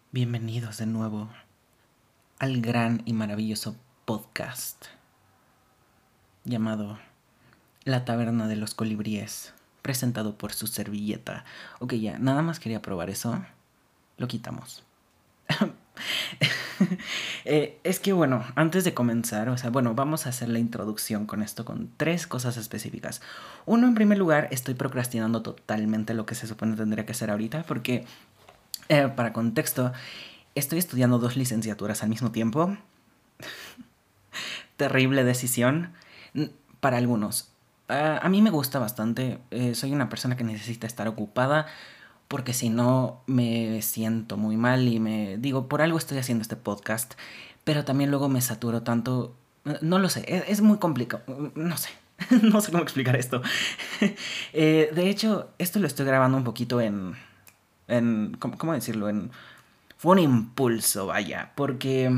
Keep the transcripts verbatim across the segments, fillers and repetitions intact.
Bienvenidos de nuevo al gran y maravilloso podcast llamado La Taberna de los Colibríes, presentado por su servilleta. Ok, ya, nada más quería probar eso. Lo quitamos. eh, es que bueno, antes de comenzar, o sea, bueno, vamos a hacer la introducción con esto, con tres cosas específicas. Uno, en primer lugar, estoy procrastinando totalmente lo que se supone tendría que hacer ahorita, porque, eh, para contexto, estoy estudiando dos licenciaturas al mismo tiempo. Terrible decisión para algunos. Uh, a mí me gusta bastante. Eh, soy una persona que necesita estar ocupada porque si no me siento muy mal y me digo, por algo estoy haciendo este podcast, pero también luego me saturo tanto. No lo sé, es, es muy complicado. No sé, no sé cómo explicar esto. eh, de hecho, esto lo estoy grabando un poquito en... en ¿cómo, ¿Cómo decirlo? En, fue un impulso, vaya, porque...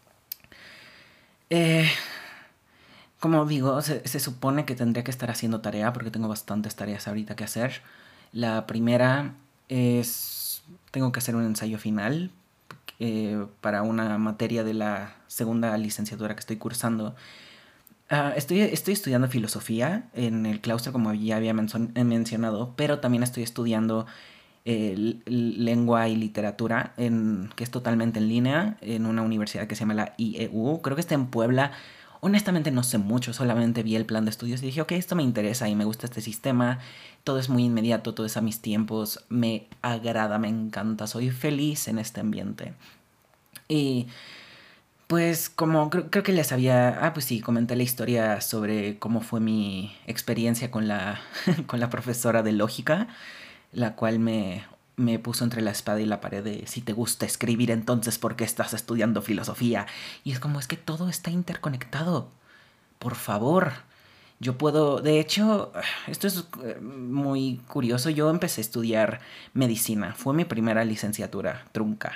Eh, Como digo, se, se supone que tendría que estar haciendo tarea porque tengo bastantes tareas ahorita que hacer. La primera es... Tengo que hacer un ensayo final eh, para una materia de la segunda licenciatura que estoy cursando. Uh, estoy, estoy estudiando filosofía en el claustro, como ya había menson- mencionado, pero también estoy estudiando eh, lengua y literatura, en, que es totalmente en línea, en una universidad que se llama la I E U. Creo que está en Puebla. Honestamente no sé mucho, solamente vi el plan de estudios y dije, ok, esto me interesa y me gusta este sistema. Todo es muy inmediato, todo es a mis tiempos. Me agrada, me encanta, soy feliz en este ambiente. Y pues como creo, creo que les había... Ah, pues sí, comenté la historia sobre cómo fue mi experiencia con la, con la profesora de lógica, la cual me, me puso entre la espada y la pared de si te gusta escribir, entonces ¿por qué estás estudiando filosofía? Y es como, es que todo está interconectado. Por favor. Yo puedo, de hecho, esto es eh, muy curioso. Yo empecé a estudiar medicina. Fue mi primera licenciatura trunca.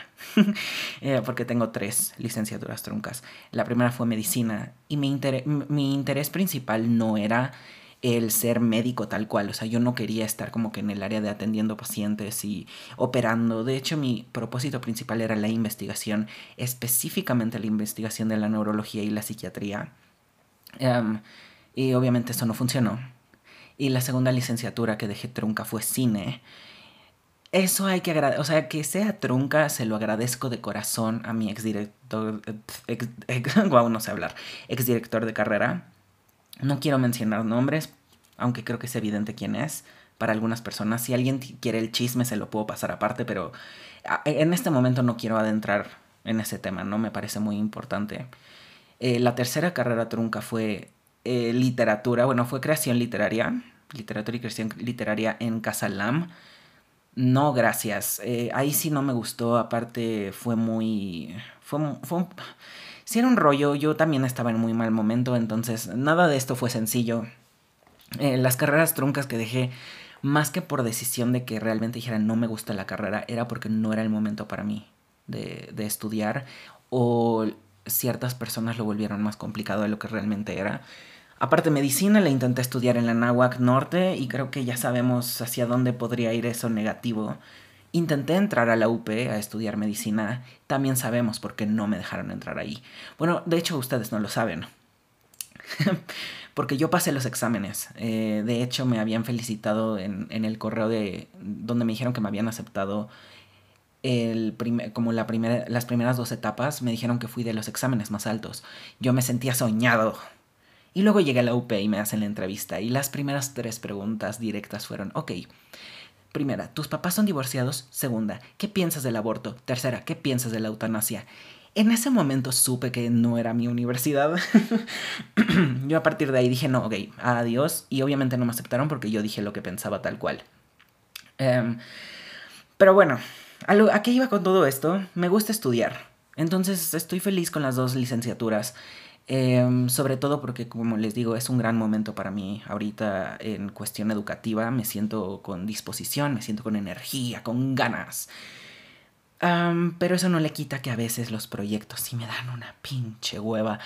eh, porque tengo tres licenciaturas truncas. La primera fue medicina. Y mi, inter mi interés principal no era el ser médico tal cual. O sea, yo no quería estar como que en el área de atendiendo pacientes y operando. De hecho, mi propósito principal era la investigación, específicamente la investigación de la neurología y la psiquiatría. Um, y obviamente eso no funcionó. Y la segunda licenciatura que dejé trunca fue cine. Eso hay que agradecer, o sea, que sea trunca, se lo agradezco de corazón a mi exdirector, ex, ex, wow, no sé hablar, exdirector de carrera. No quiero mencionar nombres, aunque creo que es evidente quién es para algunas personas. Si alguien quiere el chisme, se lo puedo pasar aparte, pero en este momento no quiero adentrar en ese tema, no me parece muy importante. Eh, la tercera carrera trunca fue eh, literatura, bueno, fue creación literaria, literatura y creación literaria en Casa Lam. No, gracias. Eh, ahí sí no me gustó, aparte fue muy... Fue, fue un... Sí era un rollo, yo también estaba en muy mal momento, entonces nada de esto fue sencillo. Eh, las carreras truncas que dejé, más que por decisión de que realmente dijera no me gusta la carrera, era porque no era el momento para mí de, de estudiar o ciertas personas lo volvieron más complicado de lo que realmente era. Aparte, medicina la intenté estudiar en la Náhuac Norte y creo que ya sabemos hacia dónde podría ir eso negativo. Intenté entrar a la U P a estudiar medicina, también sabemos por qué no me dejaron entrar ahí. Bueno, de hecho ustedes no lo saben, porque yo pasé los exámenes. Eh, de hecho, me habían felicitado en, en el correo de donde me dijeron que me habían aceptado el primer, como la primera, las primeras dos etapas. Me dijeron que fui de los exámenes más altos. Yo me sentía soñado. Y luego llegué a la U P y me hacen la entrevista. Y las primeras tres preguntas directas fueron: ok, primera, ¿tus papás son divorciados? Segunda, ¿qué piensas del aborto? Tercera, ¿qué piensas de la eutanasia? En ese momento supe que no era mi universidad. Yo a partir de ahí dije, no, ok, adiós. Y obviamente no me aceptaron porque yo dije lo que pensaba tal cual. Um, pero bueno, ¿a, lo, ¿a qué iba con todo esto? Me gusta estudiar. Entonces estoy feliz con las dos licenciaturas. Eh, sobre todo porque, como les digo, es un gran momento para mí ahorita en cuestión educativa. Me siento con disposición, me siento con energía, con ganas. Um, pero eso no le quita que a veces los proyectos sí me dan una pinche hueva.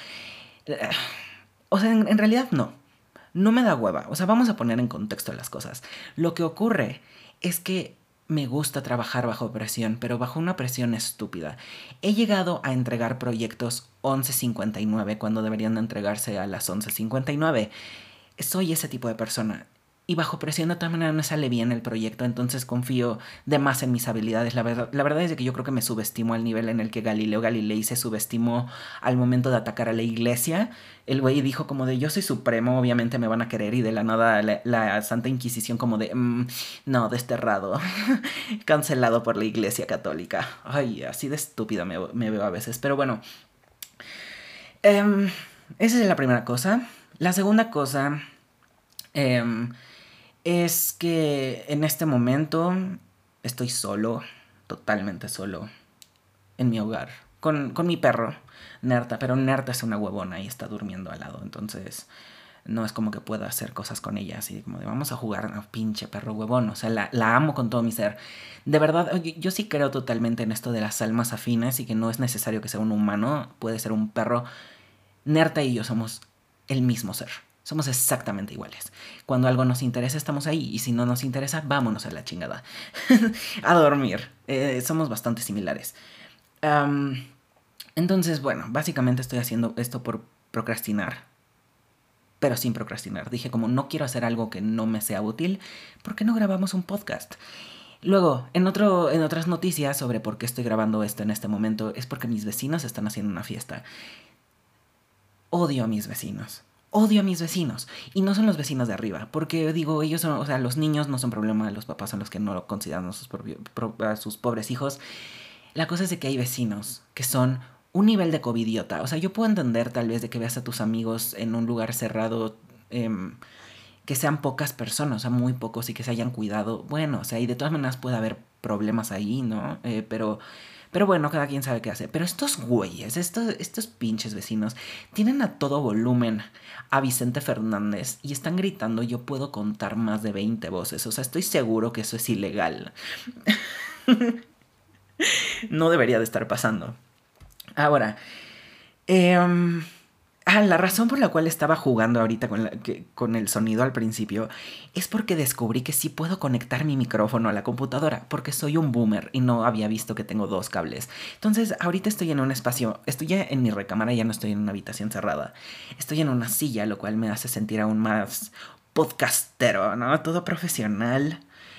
O sea, en, en realidad no. No me da hueva. O sea, vamos a poner en contexto las cosas. Lo que ocurre es que me gusta trabajar bajo presión, pero bajo una presión estúpida. He llegado a entregar proyectos once cincuenta y nueve cuando deberían de entregarse a las once cincuenta y nueve. Soy ese tipo de persona. Y bajo presión de todas maneras me sale bien el proyecto, entonces confío de más en mis habilidades. La verdad, la verdad es que yo creo que me subestimo al nivel en el que Galileo Galilei se subestimó al momento de atacar a la iglesia. El güey dijo como de yo soy supremo, obviamente me van a querer, y de la nada la, la Santa Inquisición como de mmm, no, desterrado, cancelado por la iglesia católica. Ay, así de estúpida me, me veo a veces, pero bueno. Um, esa es la primera cosa. La segunda cosa... Um, es que en este momento estoy solo, totalmente solo, en mi hogar, con, con mi perro, Nerta, pero Nerta es una huevona y está durmiendo al lado, entonces no es como que pueda hacer cosas con ella, así como de vamos a jugar, no, pinche perro huevón, o sea, la, la amo con todo mi ser. De verdad, yo, yo sí creo totalmente en esto de las almas afines y que no es necesario que sea un humano, puede ser un perro. Nerta y yo somos el mismo ser. Somos exactamente iguales. Cuando algo nos interesa, estamos ahí. Y si no nos interesa, vámonos a la chingada. A dormir. Eh, somos bastante similares. Um, entonces, bueno, básicamente estoy haciendo esto por procrastinar. Pero sin procrastinar. Dije como no quiero hacer algo que no me sea útil. ¿Por qué no grabamos un podcast? Luego, en, otro, en otras noticias sobre por qué estoy grabando esto en este momento, es porque mis vecinos están haciendo una fiesta. Odio a mis vecinos. Odio a mis vecinos. Y no son los vecinos de arriba. Porque digo, ellos son, o sea, los niños no son problema, los papás son los que no lo consideran a sus, propio, pro, a sus pobres hijos. La cosa es de que hay vecinos que son un nivel de covidiota. O sea, yo puedo entender tal vez de que veas a tus amigos en un lugar cerrado, eh, que sean pocas personas, o sea, muy pocos y que se hayan cuidado. Bueno, o sea, y de todas maneras puede haber problemas ahí, ¿no? Eh, pero... Pero bueno, cada quien sabe qué hace. Pero estos güeyes, estos, estos pinches vecinos, tienen a todo volumen a Vicente Fernández y están gritando, yo puedo contar más de veinte voces. O sea, estoy seguro que eso es ilegal. No debería de estar pasando. Ahora, eh, ah, la razón por la cual estaba jugando ahorita con, la, que, con el sonido al principio es porque descubrí que sí puedo conectar mi micrófono a la computadora, porque soy un boomer y no había visto que tengo dos cables. Entonces, ahorita estoy en un espacio, estoy ya en mi recámara, ya no estoy en una habitación cerrada. Estoy en una silla, lo cual me hace sentir aún más podcastero, ¿no? Todo profesional.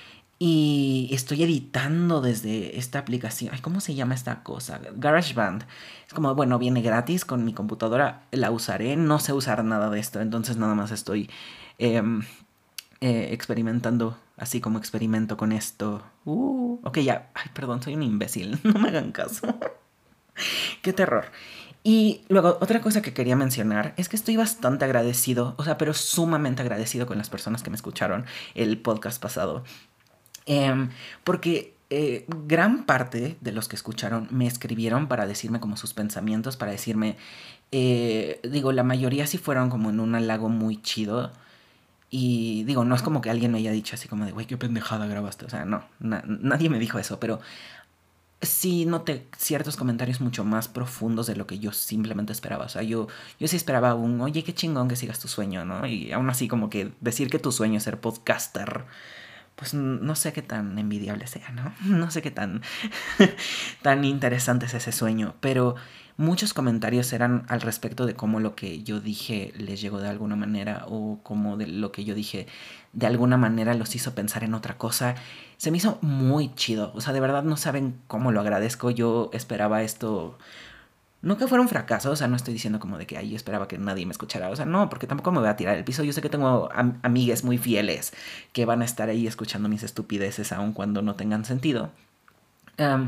Y estoy editando desde esta aplicación. Ay, ¿cómo se llama esta cosa? GarageBand. Es como, bueno, viene gratis con mi computadora. La usaré. No sé usar nada de esto. Entonces nada más estoy eh, eh, experimentando. Así como experimento con esto. Uh, ok, ya. Ay, perdón, soy un imbécil. No me hagan caso. Qué terror. Y luego, otra cosa que quería mencionar es que estoy bastante agradecido. O sea, pero sumamente agradecido con las personas que me escucharon el podcast pasado. Eh, porque eh, gran parte de los que escucharon me escribieron para decirme como sus pensamientos, para decirme, eh, digo, la mayoría sí fueron como en un halago muy chido. Y digo, no es como que alguien me haya dicho así como de, güey, qué pendejada grabaste. O sea, no, na- nadie me dijo eso, pero sí noté ciertos comentarios mucho más profundos de lo que yo simplemente esperaba. O sea, yo, yo sí esperaba un, oye, qué chingón que sigas tu sueño, ¿no? Y aún así como que decir que tu sueño es ser podcaster, pues no sé qué tan envidiable sea, ¿no? No sé qué tan, tan interesante es ese sueño, pero muchos comentarios eran al respecto de cómo lo que yo dije les llegó de alguna manera o cómo de lo que yo dije de alguna manera los hizo pensar en otra cosa. Se me hizo muy chido, o sea, de verdad no saben cómo lo agradezco. Yo esperaba esto... No que fuera un fracaso, o sea, no estoy diciendo como de que ahí yo esperaba que nadie me escuchara, o sea, no, porque tampoco me voy a tirar el piso. Yo sé que tengo am amigues muy fieles que van a estar ahí escuchando mis estupideces aun cuando no tengan sentido. Um,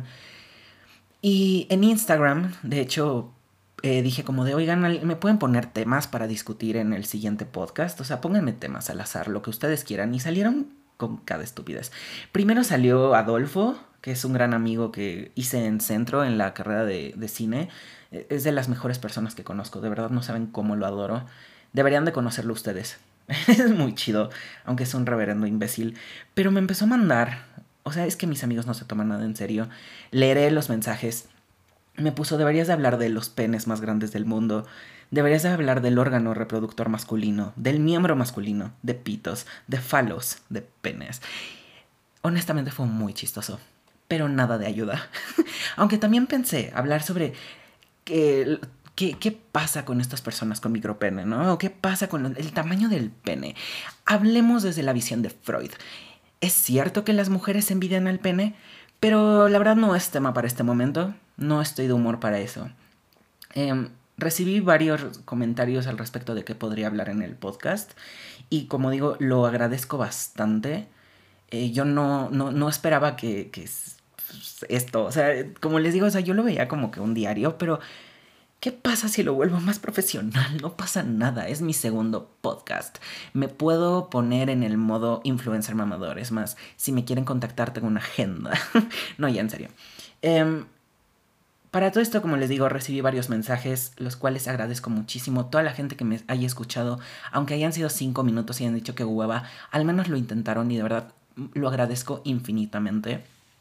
y en Instagram, de hecho, eh, dije como de, oigan, ¿me pueden poner temas para discutir en el siguiente podcast? O sea, pónganme temas al azar, lo que ustedes quieran. Y salieron con cada estupidez. Primero salió Adolfo, que es un gran amigo que hice en Centro en la carrera de, de cine. Es de las mejores personas que conozco, de verdad no saben cómo lo adoro. Deberían de conocerlo ustedes. Es muy chido, aunque es un reverendo imbécil. Pero me empezó a mandar, o sea, es que mis amigos no se toman nada en serio. Leeré los mensajes. Me puso, deberías de hablar de los penes más grandes del mundo. Deberías de hablar del órgano reproductor masculino, del miembro masculino, de pitos, de falos, de penes. honestamente fue muy chistoso, pero nada de ayuda. Aunque también pensé hablar sobre qué, qué, qué pasa con estas personas con micropene, ¿no? O qué pasa con el tamaño del pene. Hablemos desde la visión de Freud. Es cierto que las mujeres envidian al pene, pero la verdad no es tema para este momento. No estoy de humor para eso. Eh, recibí varios comentarios al respecto de qué podría hablar en el podcast y como digo, lo agradezco bastante. Eh, yo no, no, no esperaba que, que esto, o sea, como les digo, o sea, yo lo veía como que un diario, pero ¿qué pasa si lo vuelvo más profesional? No pasa nada, es mi segundo podcast. Me puedo poner en el modo influencer mamador, es más, si me quieren contactar tengo una agenda. No, ya en serio. Eh, para todo esto, como les digo, recibí varios mensajes, los cuales agradezco muchísimo. Toda la gente que me haya escuchado, aunque hayan sido cinco minutos y hayan dicho que hueva, al menos lo intentaron y de verdad lo agradezco infinitamente.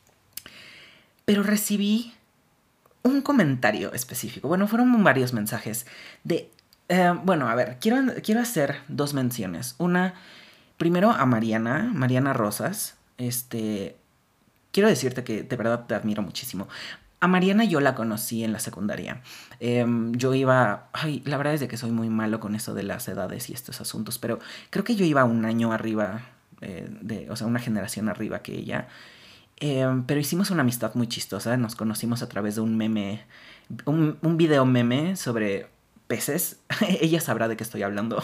Pero recibí un comentario específico. Bueno, fueron varios mensajes de... Eh, bueno, a ver, quiero, quiero hacer dos menciones. Una, primero a Mariana, Mariana Rosas. Este, quiero decirte que de verdad te admiro muchísimo. A Mariana yo la conocí en la secundaria. Eh, yo iba... Ay, la verdad es de que soy muy malo con eso de las edades y estos asuntos, pero creo que yo iba un año arriba, eh, de, o sea, una generación arriba que ella. Eh, pero hicimos una amistad muy chistosa. Nos conocimos a través de un meme, un, un video meme sobre peces. Ella sabrá de qué estoy hablando.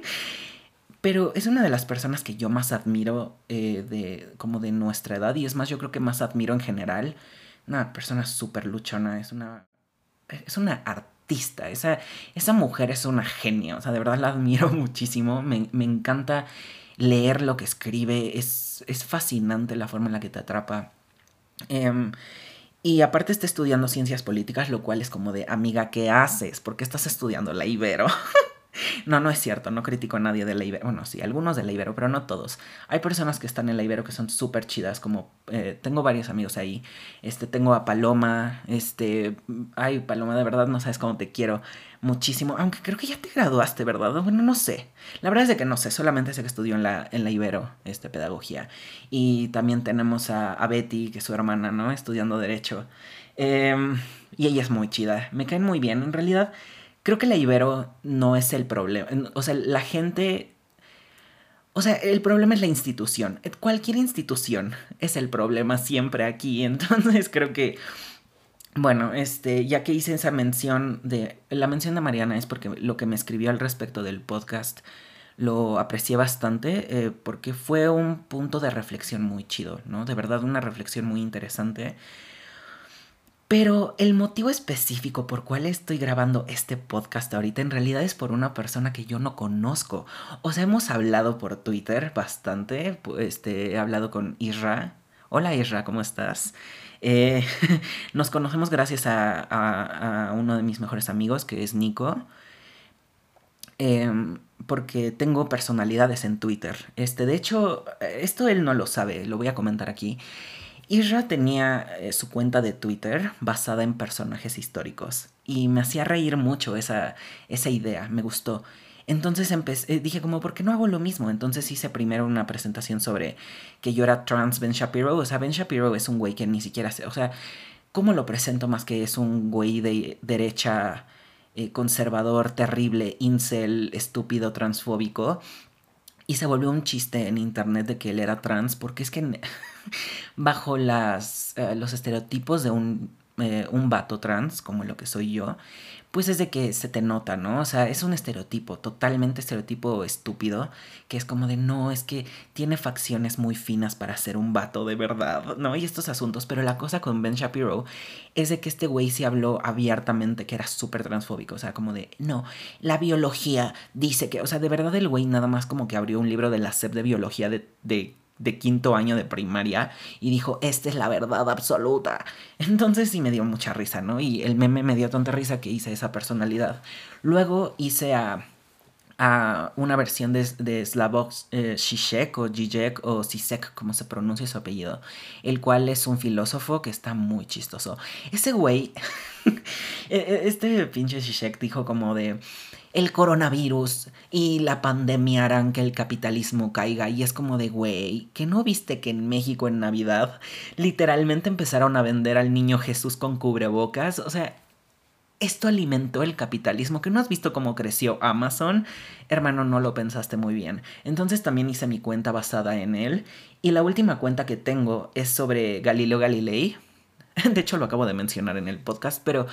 Pero es una de las personas que yo más admiro, eh, de, como de nuestra edad. Y es más, yo creo que más admiro en general. Una persona súper luchona. Es una, es una artista. Esa, esa mujer es una genio. O sea, de verdad la admiro muchísimo. Me, me encanta leer lo que escribe. Es, es fascinante la forma en la que te atrapa. Eh, y aparte está estudiando ciencias políticas, lo cual es como de, amiga, ¿qué haces? ¿Por qué estás estudiando la Ibero? No, no es cierto, no critico a nadie de la Ibero. Bueno, sí, algunos de la Ibero, pero no todos. Hay personas que están en la Ibero que son súper chidas, como eh, tengo varios amigos ahí. Este, tengo a Paloma, este, ay, Paloma, de verdad no sabes cómo te quiero muchísimo. Aunque creo que ya te graduaste, ¿verdad? Bueno, no sé. La verdad es de que no sé, solamente sé que estudió en la, en la Ibero, este, pedagogía. Y también tenemos a, a Betty, que es su hermana, ¿no? Estudiando Derecho. Eh, y ella es muy chida, me caen muy bien. En realidad, creo que la Ibero no es el problema. O sea, la gente... O sea, el problema es la institución. Cualquier institución es el problema siempre aquí. Entonces creo que... Bueno, este, ya que hice esa mención de... La mención de Mariana es porque lo que me escribió al respecto del podcast lo aprecié bastante, eh, porque fue un punto de reflexión muy chido, ¿no? De verdad, una reflexión muy interesante. Pero el motivo específico por cual estoy grabando este podcast ahorita en realidad es por una persona que yo no conozco. O sea, hemos hablado por Twitter bastante. Este, he hablado con Isra. Hola Isra, ¿cómo estás? Eh, nos conocemos gracias a, a, a uno de mis mejores amigos, que es Nico. Eh, porque tengo personalidades en Twitter. Este, de hecho, esto él no lo sabe, lo voy a comentar aquí. Isra tenía eh, su cuenta de Twitter basada en personajes históricos y me hacía reír mucho esa, esa idea, me gustó. Entonces empecé, eh, dije como, ¿por qué no hago lo mismo? Entonces hice primero una presentación sobre que yo era trans Ben Shapiro. O sea, Ben Shapiro es un güey que ni siquiera sé, o sea, ¿cómo lo presento más que es un güey de derecha, eh, conservador, terrible, incel, estúpido, transfóbico? Y se volvió un chiste en internet de que él era trans, porque es que bajo las, eh, los estereotipos de un, eh, un vato trans, como lo que soy yo, pues es de que se te nota, ¿no? O sea, es un estereotipo, totalmente estereotipo estúpido, que es como de, no, es que tiene facciones muy finas para ser un vato de verdad, ¿no? Y estos asuntos, pero la cosa con Ben Shapiro es de que este güey se habló abiertamente que era súper transfóbico, o sea, como de, no, la biología dice que, o sea, de verdad el güey nada más como que abrió un libro de la S E P de biología de... de de quinto año de primaria y dijo, esta es la verdad absoluta. Entonces sí me dio mucha risa, ¿no? Y el meme me dio tanta risa que hice esa personalidad. Luego hice a, a una versión de, de Slavoj eh, Žižek o Žižek o Zizek, como se pronuncia su apellido, el cual es un filósofo que está muy chistoso. Ese güey, este pinche Žižek dijo como de... el coronavirus y la pandemia harán que el capitalismo caiga. Y es como de, güey, ¿que no viste que en México en Navidad literalmente empezaron a vender al niño Jesús con cubrebocas? O sea, esto alimentó el capitalismo. ¿Que no has visto cómo creció Amazon? Hermano, no lo pensaste muy bien. Entonces también hice mi cuenta basada en él. Y la última cuenta que tengo es sobre Galileo Galilei. De hecho, lo acabo de mencionar en el podcast, pero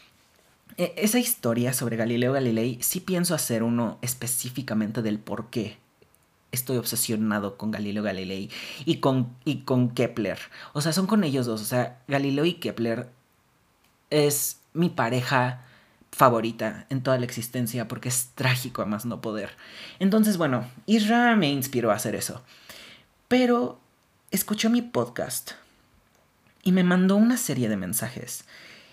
esa historia sobre Galileo Galilei sí pienso hacer uno específicamente del por qué estoy obsesionado con Galileo Galilei y con, y con Kepler. O sea, son con ellos dos. O sea, Galileo y Kepler es mi pareja favorita en toda la existencia porque es trágico a más no poder. Entonces, bueno, Isra me inspiró a hacer eso. Pero escuchó mi podcast y me mandó una serie de mensajes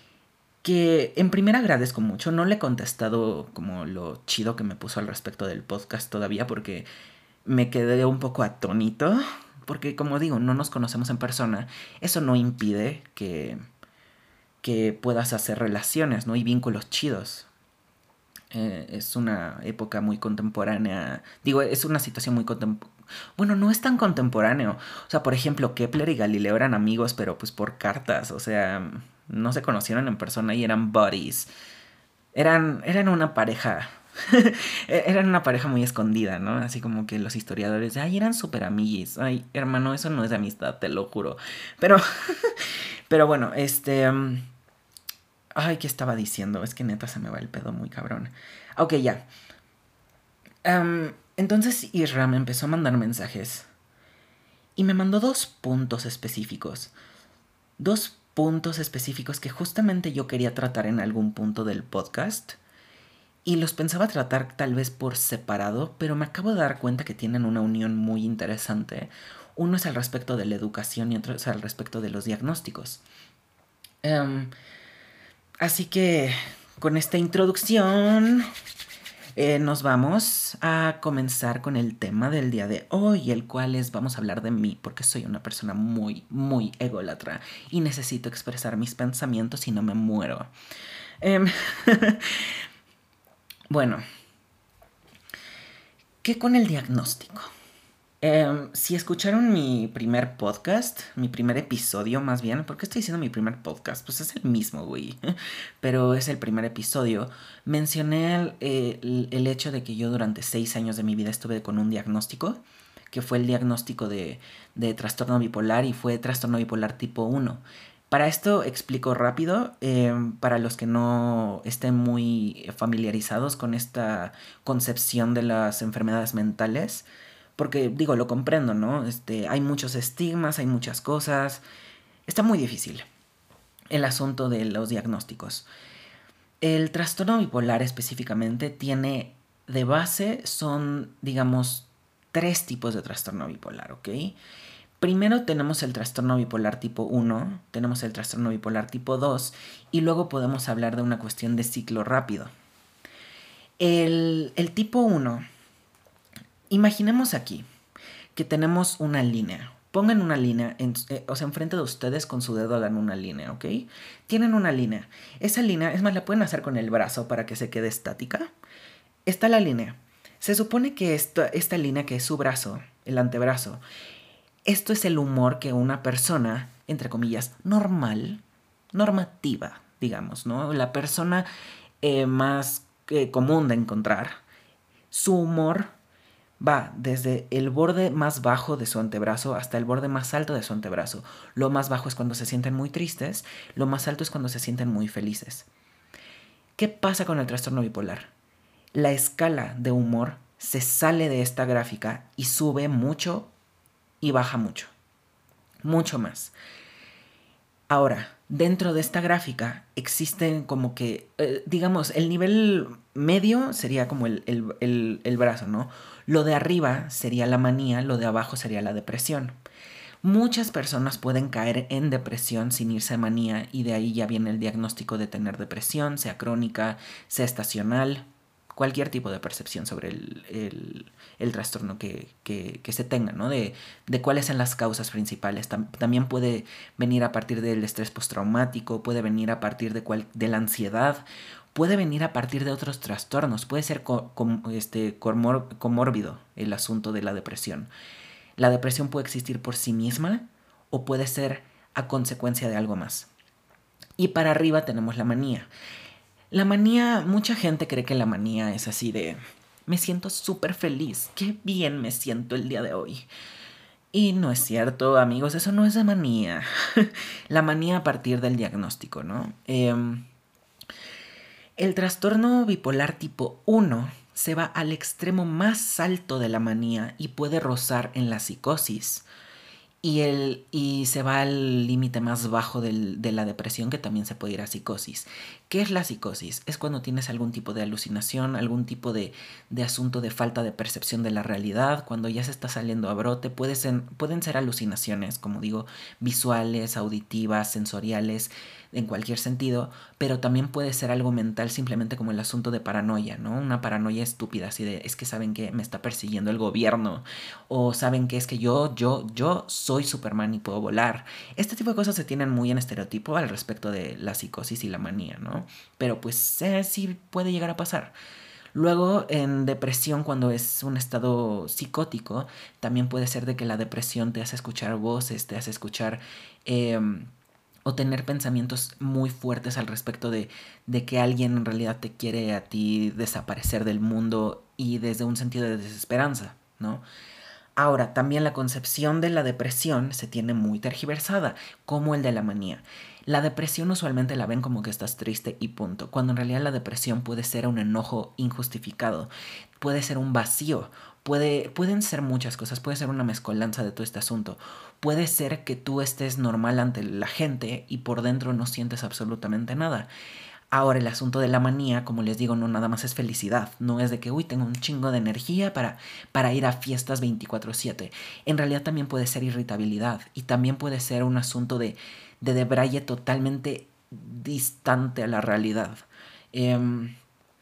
que en primera agradezco mucho. No le he contestado como lo chido que me puso al respecto del podcast todavía porque me quedé un poco atónito. Porque como digo, no nos conocemos en persona. Eso no impide que, que puedas hacer relaciones, ¿no? Y vínculos chidos. Eh, es una época muy contemporánea. Digo, es una situación muy contemporánea. Bueno, no es tan contemporáneo. O sea, por ejemplo, Kepler y Galileo eran amigos, pero pues por cartas. O sea, no se conocieron en persona y eran buddies. Eran, eran una pareja. Eran una pareja muy escondida, ¿no? Así como que los historiadores, ay, eran súper amiguis. Ay, hermano, eso no es de amistad, te lo juro. Pero, pero bueno, este... um, Ay, ¿qué estaba diciendo? Es que neta se me va el pedo muy cabrón. Ok, ya. Um, entonces Isra me empezó a mandar mensajes. Y me mandó dos puntos específicos. Dos puntos específicos que justamente yo quería tratar en algún punto del podcast. Y los pensaba tratar tal vez por separado, pero me acabo de dar cuenta que tienen una unión muy interesante. Uno es al respecto de la educación y otro es al respecto de los diagnósticos. Um, así que con esta introducción eh, nos vamos a comenzar con el tema del día de hoy, el cual es vamos a hablar de mí, porque soy una persona muy, muy ególatra y necesito expresar mis pensamientos y no me muero. Um, bueno, ¿qué con el diagnóstico? Eh, si escucharon mi primer podcast, mi primer episodio más bien, ¿por qué estoy diciendo mi primer podcast? Pues es el mismo, güey, pero es el primer episodio. Mencioné el, el, el hecho de que yo durante seis años de mi vida estuve con un diagnóstico, que fue el diagnóstico de, de trastorno bipolar y fue trastorno bipolar tipo uno. Para esto explico rápido, eh, para los que no estén muy familiarizados con esta concepción de las enfermedades mentales. Porque, digo, lo comprendo, ¿no? Este, hay muchos estigmas, hay muchas cosas. Está muy difícil el asunto de los diagnósticos. El trastorno bipolar específicamente tiene de base, son, digamos, tres tipos de trastorno bipolar, ¿ok? Primero tenemos el trastorno bipolar tipo uno, tenemos el trastorno bipolar tipo dos y luego podemos hablar de una cuestión de ciclo rápido. El, el tipo uno... Imaginemos aquí que tenemos una línea. Pongan una línea, en, eh, o sea, enfrente de ustedes con su dedo hagan una línea, ¿ok? Tienen una línea. Esa línea, es más, la pueden hacer con el brazo para que se quede estática. Está la línea. Se supone que esta, esta línea que es su brazo, el antebrazo, esto es el humor que una persona, entre comillas, normal, normativa, digamos, ¿no? La persona eh, más eh, común de encontrar, su humor va desde el borde más bajo de su antebrazo hasta el borde más alto de su antebrazo. Lo más bajo es cuando se sienten muy tristes, lo más alto es cuando se sienten muy felices. ¿Qué pasa con el trastorno bipolar? La escala de humor se sale de esta gráfica y sube mucho y baja mucho. Mucho más. Ahora, dentro de esta gráfica existen como que, eh, digamos, el nivel medio sería como el, el, el, el brazo, ¿no? Lo de arriba sería la manía, lo de abajo sería la depresión. Muchas personas pueden caer en depresión sin irse a manía y de ahí ya viene el diagnóstico de tener depresión, sea crónica, sea estacional, cualquier tipo de percepción sobre el, el, el trastorno que, que, que se tenga, ¿no? De, de cuáles son las causas principales. Tam, también puede venir a partir del estrés postraumático, puede venir a partir de, cual, de la ansiedad, puede venir a partir de otros trastornos, puede ser co com este, comor comórbido el asunto de la depresión. La depresión puede existir por sí misma o puede ser a consecuencia de algo más. Y para arriba tenemos la manía. La manía, mucha gente cree que la manía es así de, me siento súper feliz, qué bien me siento el día de hoy. Y no es cierto, amigos, eso no es de manía. La manía a partir del diagnóstico, ¿no? Eh, el trastorno bipolar tipo uno se va al extremo más alto de la manía y puede rozar en la psicosis. Y, el, y se va al límite más bajo del, de la depresión, que también se puede ir a psicosis. ¿Qué es la psicosis? Es cuando tienes algún tipo de alucinación, algún tipo de, de asunto de falta de percepción de la realidad, cuando ya se está saliendo a brote. Puede ser, pueden ser alucinaciones, como digo, visuales, auditivas, sensoriales, en cualquier sentido, pero también puede ser algo mental, simplemente como el asunto de paranoia, ¿no? Una paranoia estúpida, así de, es que saben que me está persiguiendo el gobierno, o saben que es que yo, yo, yo soy Superman y puedo volar. Este tipo de cosas se tienen muy en estereotipo al respecto de la psicosis y la manía, ¿no? Pero pues eh, sí puede llegar a pasar. Luego, en depresión, cuando es un estado psicótico, también puede ser de que la depresión te hace escuchar voces, te hace escuchar... Eh, o tener pensamientos muy fuertes al respecto de, de que alguien en realidad te quiere a ti desaparecer del mundo y desde un sentido de desesperanza, ¿no? Ahora, también la concepción de la depresión se tiene muy tergiversada, como el de la manía. La depresión usualmente la ven como que estás triste y punto, cuando en realidad la depresión puede ser un enojo injustificado, puede ser un vacío, puede, pueden ser muchas cosas, puede ser una mezcolanza de todo este asunto. Puede ser que tú estés normal ante la gente y por dentro no sientes absolutamente nada. Ahora, el asunto de la manía, como les digo, no nada más es felicidad. No es de que, uy, tengo un chingo de energía para, para ir a fiestas veinticuatro siete. En realidad también puede ser irritabilidad y también puede ser un asunto de, de debraye totalmente distante a la realidad. Eh,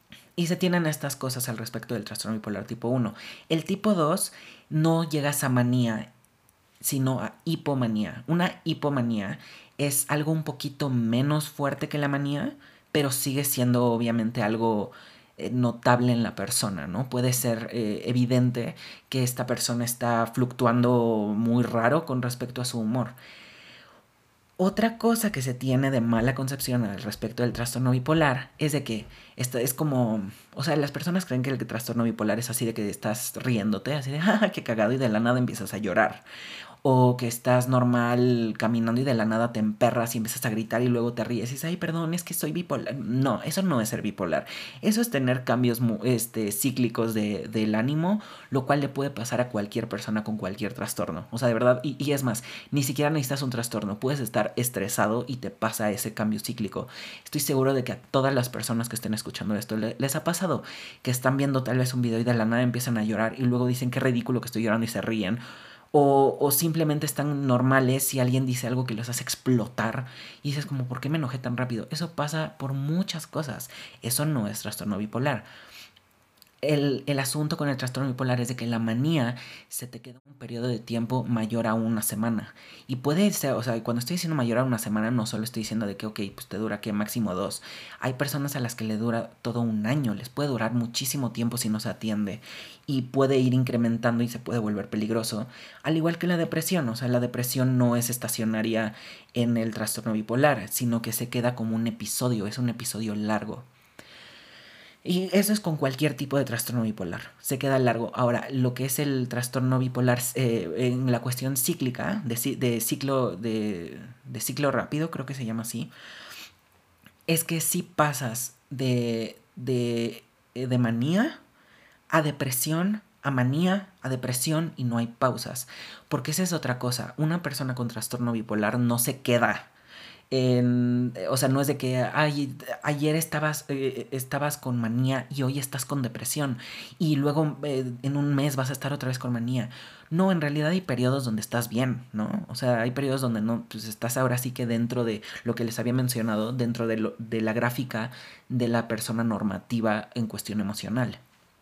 y se tienen estas cosas al respecto del trastorno bipolar tipo uno. El tipo dos no llega a esa manía, sino a hipomanía. Una hipomanía es algo un poquito menos fuerte que la manía, pero sigue siendo obviamente algo eh, notable en la persona, ¿no? Puede ser eh, evidente que esta persona está fluctuando muy raro con respecto a su humor. Otra cosa que se tiene de mala concepción al respecto del trastorno bipolar es de que esto es como, o sea, las personas creen que el trastorno bipolar es así de que estás riéndote, así de, ¡ah, qué cagado! Y de la nada empiezas a llorar. O que estás normal caminando y de la nada te emperras y empiezas a gritar y luego te ríes y dices, ay, perdón, es que soy bipolar. No, eso no es ser bipolar. Eso es tener cambios este, cíclicos de, del ánimo, lo cual le puede pasar a cualquier persona con cualquier trastorno. O sea, de verdad, y, y es más, ni siquiera necesitas un trastorno. Puedes estar estresado y te pasa ese cambio cíclico. Estoy seguro de que a todas las personas que estén escuchando esto les ha pasado que están viendo tal vez un video y de la nada empiezan a llorar y luego dicen qué ridículo que estoy llorando y se ríen. O, o simplemente están normales y alguien dice algo que los hace explotar y dices como, ¿por qué me enojé tan rápido? Eso pasa por muchas cosas. Eso no es trastorno bipolar. El, el asunto con el trastorno bipolar es de que la manía se te queda un periodo de tiempo mayor a una semana. Y puede ser, o sea, cuando estoy diciendo mayor a una semana, no solo estoy diciendo de que, ok, pues te dura que máximo dos. Hay personas a las que le dura todo un año, les puede durar muchísimo tiempo si no se atiende. Y puede ir incrementando y se puede volver peligroso. Al igual que la depresión, o sea, la depresión no es estacionaria en el trastorno bipolar, sino que se queda como un episodio, es un episodio largo. Y eso es con cualquier tipo de trastorno bipolar. Se queda largo. Ahora, lo que es el trastorno bipolar eh, en la cuestión cíclica, de, de, ciclo, de, de ciclo rápido, creo que se llama así, es que si pasas de, de, de manía a depresión, a manía, a depresión y no hay pausas. Porque esa es otra cosa. Una persona con trastorno bipolar no se queda en, o sea, no es de que ay, ayer estabas, eh, estabas con manía y hoy estás con depresión y luego eh, en un mes vas a estar otra vez con manía. No, en realidad hay periodos donde estás bien, ¿no? O sea, hay periodos donde no, pues estás ahora sí que dentro de lo que les había mencionado, dentro de, lo, de la gráfica de la persona normativa en cuestión emocional.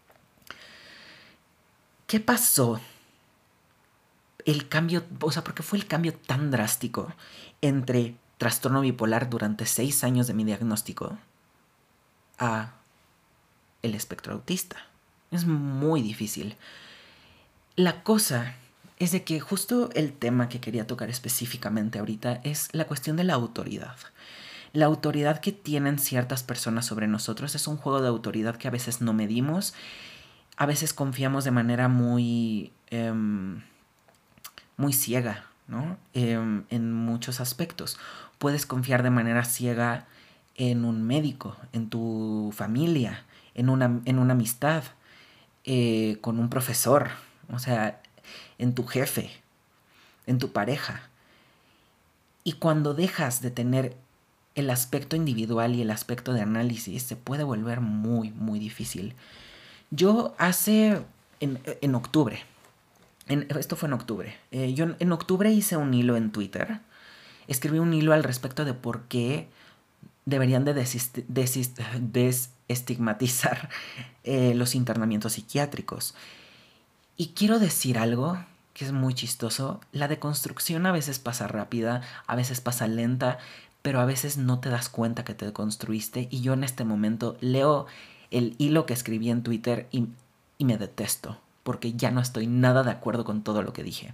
¿Qué pasó? El cambio, o sea, ¿por qué fue el cambio tan drástico entre trastorno bipolar durante seis años de mi diagnóstico a el espectro autista. Es muy difícil. La cosa es de que justo el tema que quería tocar específicamente ahorita es la cuestión de la autoridad. La autoridad que tienen ciertas personas sobre nosotros es un juego de autoridad que a veces no medimos, a veces confiamos de manera muy, eh, muy ciega, ¿no? Eh, en muchos aspectos. Puedes confiar de manera ciega en un médico, en tu familia, en una, en una amistad, eh, con un profesor, o sea, en tu jefe, en tu pareja. Y cuando dejas de tener el aspecto individual y el aspecto de análisis, se puede volver muy, muy difícil. Yo hace, en, en octubre, en, esto fue en octubre, eh, yo en octubre hice un hilo en Twitter, escribí un hilo al respecto de por qué deberían de desist, desist, desestigmatizar eh, los internamientos psiquiátricos. Y quiero decir algo que es muy chistoso. La deconstrucción a veces pasa rápida, a veces pasa lenta, pero a veces no te das cuenta que te deconstruiste. Y yo en este momento leo el hilo que escribí en Twitter y, y me detesto, porque ya no estoy nada de acuerdo con todo lo que dije.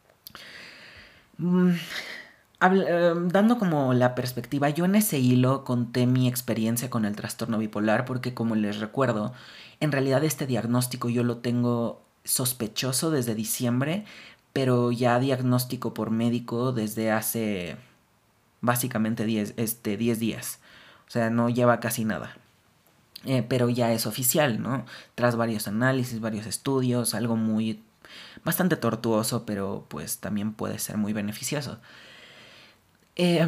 Mm, habl- eh, dando como la perspectiva, yo en ese hilo conté mi experiencia con el trastorno bipolar, porque como les recuerdo, en realidad este diagnóstico yo lo tengo sospechoso desde diciembre, pero ya diagnóstico por médico desde hace básicamente diez este, diez días. O sea, no lleva casi nada. Eh, pero ya es oficial, ¿no? Tras varios análisis, varios estudios, algo muy bastante tortuoso, pero pues también puede ser muy beneficioso. Eh,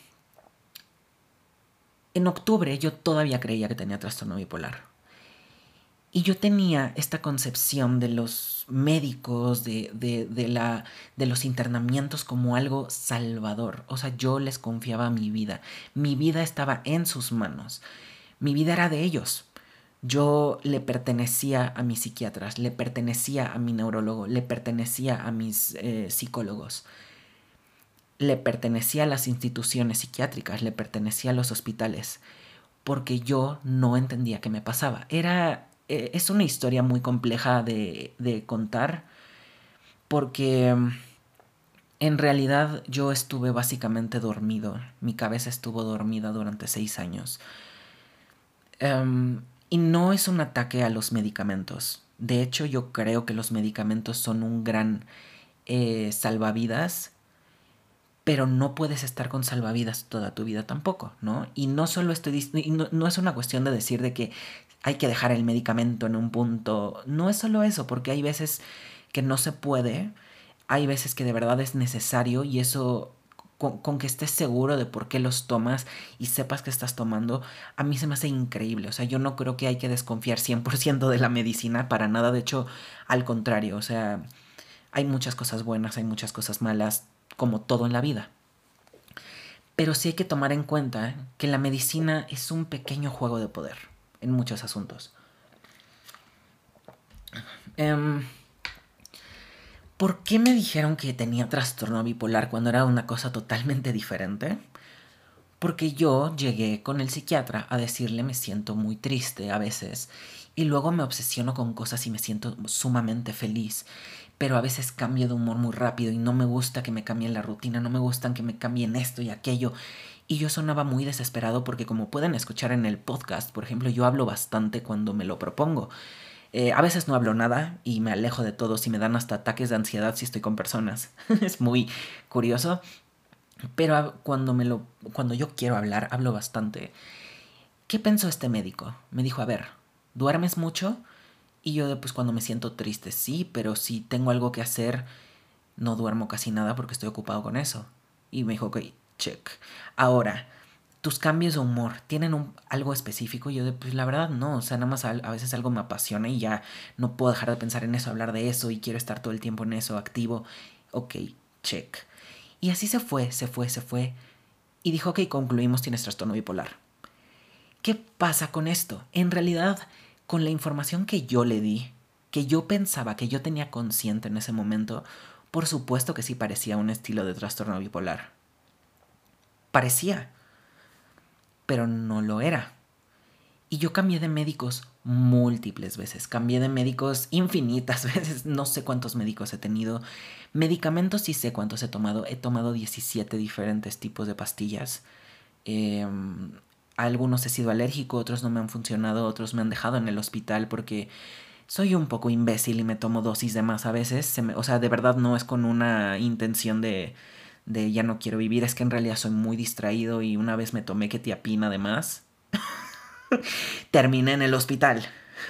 en octubre yo todavía creía que tenía trastorno bipolar. Y yo tenía esta concepción de los médicos, de, de, de, la, de los internamientos como algo salvador. O sea, yo les confiaba mi vida. Mi vida estaba en sus manos. Mi vida era de ellos. Yo le pertenecía a mis psiquiatras, le pertenecía a mi neurólogo, le pertenecía a mis eh, psicólogos, le pertenecía a las instituciones psiquiátricas, le pertenecía a los hospitales, porque yo no entendía qué me pasaba. Era, eh, es una historia muy compleja de, de contar, porque mm, en realidad yo estuve básicamente dormido, mi cabeza estuvo dormida durante seis años. Um, y no es un ataque a los medicamentos. De hecho, yo creo que los medicamentos son un gran eh, salvavidas, pero no puedes estar con salvavidas toda tu vida tampoco, ¿no? Y no solo estoy, y no, no es una cuestión de decir de que hay que dejar el medicamento en un punto. No es solo eso, porque hay veces que no se puede, hay veces que de verdad es necesario y eso con, con que estés seguro de por qué los tomas y sepas que estás tomando, a mí se me hace increíble. O sea, yo no creo que hay que desconfiar cien por ciento de la medicina para nada. De hecho, al contrario, o sea, hay muchas cosas buenas, hay muchas cosas malas, como todo en la vida. Pero sí hay que tomar en cuenta que la medicina es un pequeño juego de poder en muchos asuntos. Um, ¿Por qué me dijeron que tenía trastorno bipolar cuando era una cosa totalmente diferente? Porque yo llegué con el psiquiatra a decirle me siento muy triste a veces y luego me obsesiono con cosas y me siento sumamente feliz, pero a veces cambio de humor muy rápido y no me gusta que me cambien la rutina, no me gustan que me cambien esto y aquello. Y yo sonaba muy desesperado porque como pueden escuchar en el podcast, por ejemplo, yo hablo bastante cuando me lo propongo. Eh, a veces no hablo nada y me alejo de todos y me dan hasta ataques de ansiedad si estoy con personas. Es muy curioso. Pero cuando, me lo, cuando yo quiero hablar, hablo bastante. ¿Qué pensó este médico? Me dijo, a ver, ¿duermes mucho? Y yo, pues cuando me siento triste, sí, pero si tengo algo que hacer, no duermo casi nada porque estoy ocupado con eso. Y me dijo, ok, check. Ahora, tus cambios de humor, ¿tienen un, algo específico? Y yo, de, pues la verdad no, o sea, nada más a, a veces algo me apasiona y ya no puedo dejar de pensar en eso, hablar de eso y quiero estar todo el tiempo en eso, activo. Ok, check. Y así se fue, se fue, se fue. Y dijo, ok, concluimos, tienes trastorno bipolar. ¿Qué pasa con esto? En realidad, con la información que yo le di, que yo pensaba, que yo tenía consciente en ese momento, por supuesto que sí parecía un estilo de trastorno bipolar. Parecía, pero no lo era. Y yo cambié de médicos múltiples veces, cambié de médicos infinitas veces, no sé cuántos médicos he tenido. Medicamentos sí sé cuántos he tomado, he tomado diecisiete diferentes tipos de pastillas. Eh, a algunos he sido alérgico, otros no me han funcionado, otros me han dejado en el hospital porque soy un poco imbécil y me tomo dosis de más a veces. Se me, o sea, de verdad no es con una intención de, de ya no quiero vivir, es que en realidad soy muy distraído y una vez me tomé quetiapina de más. Terminé en el hospital.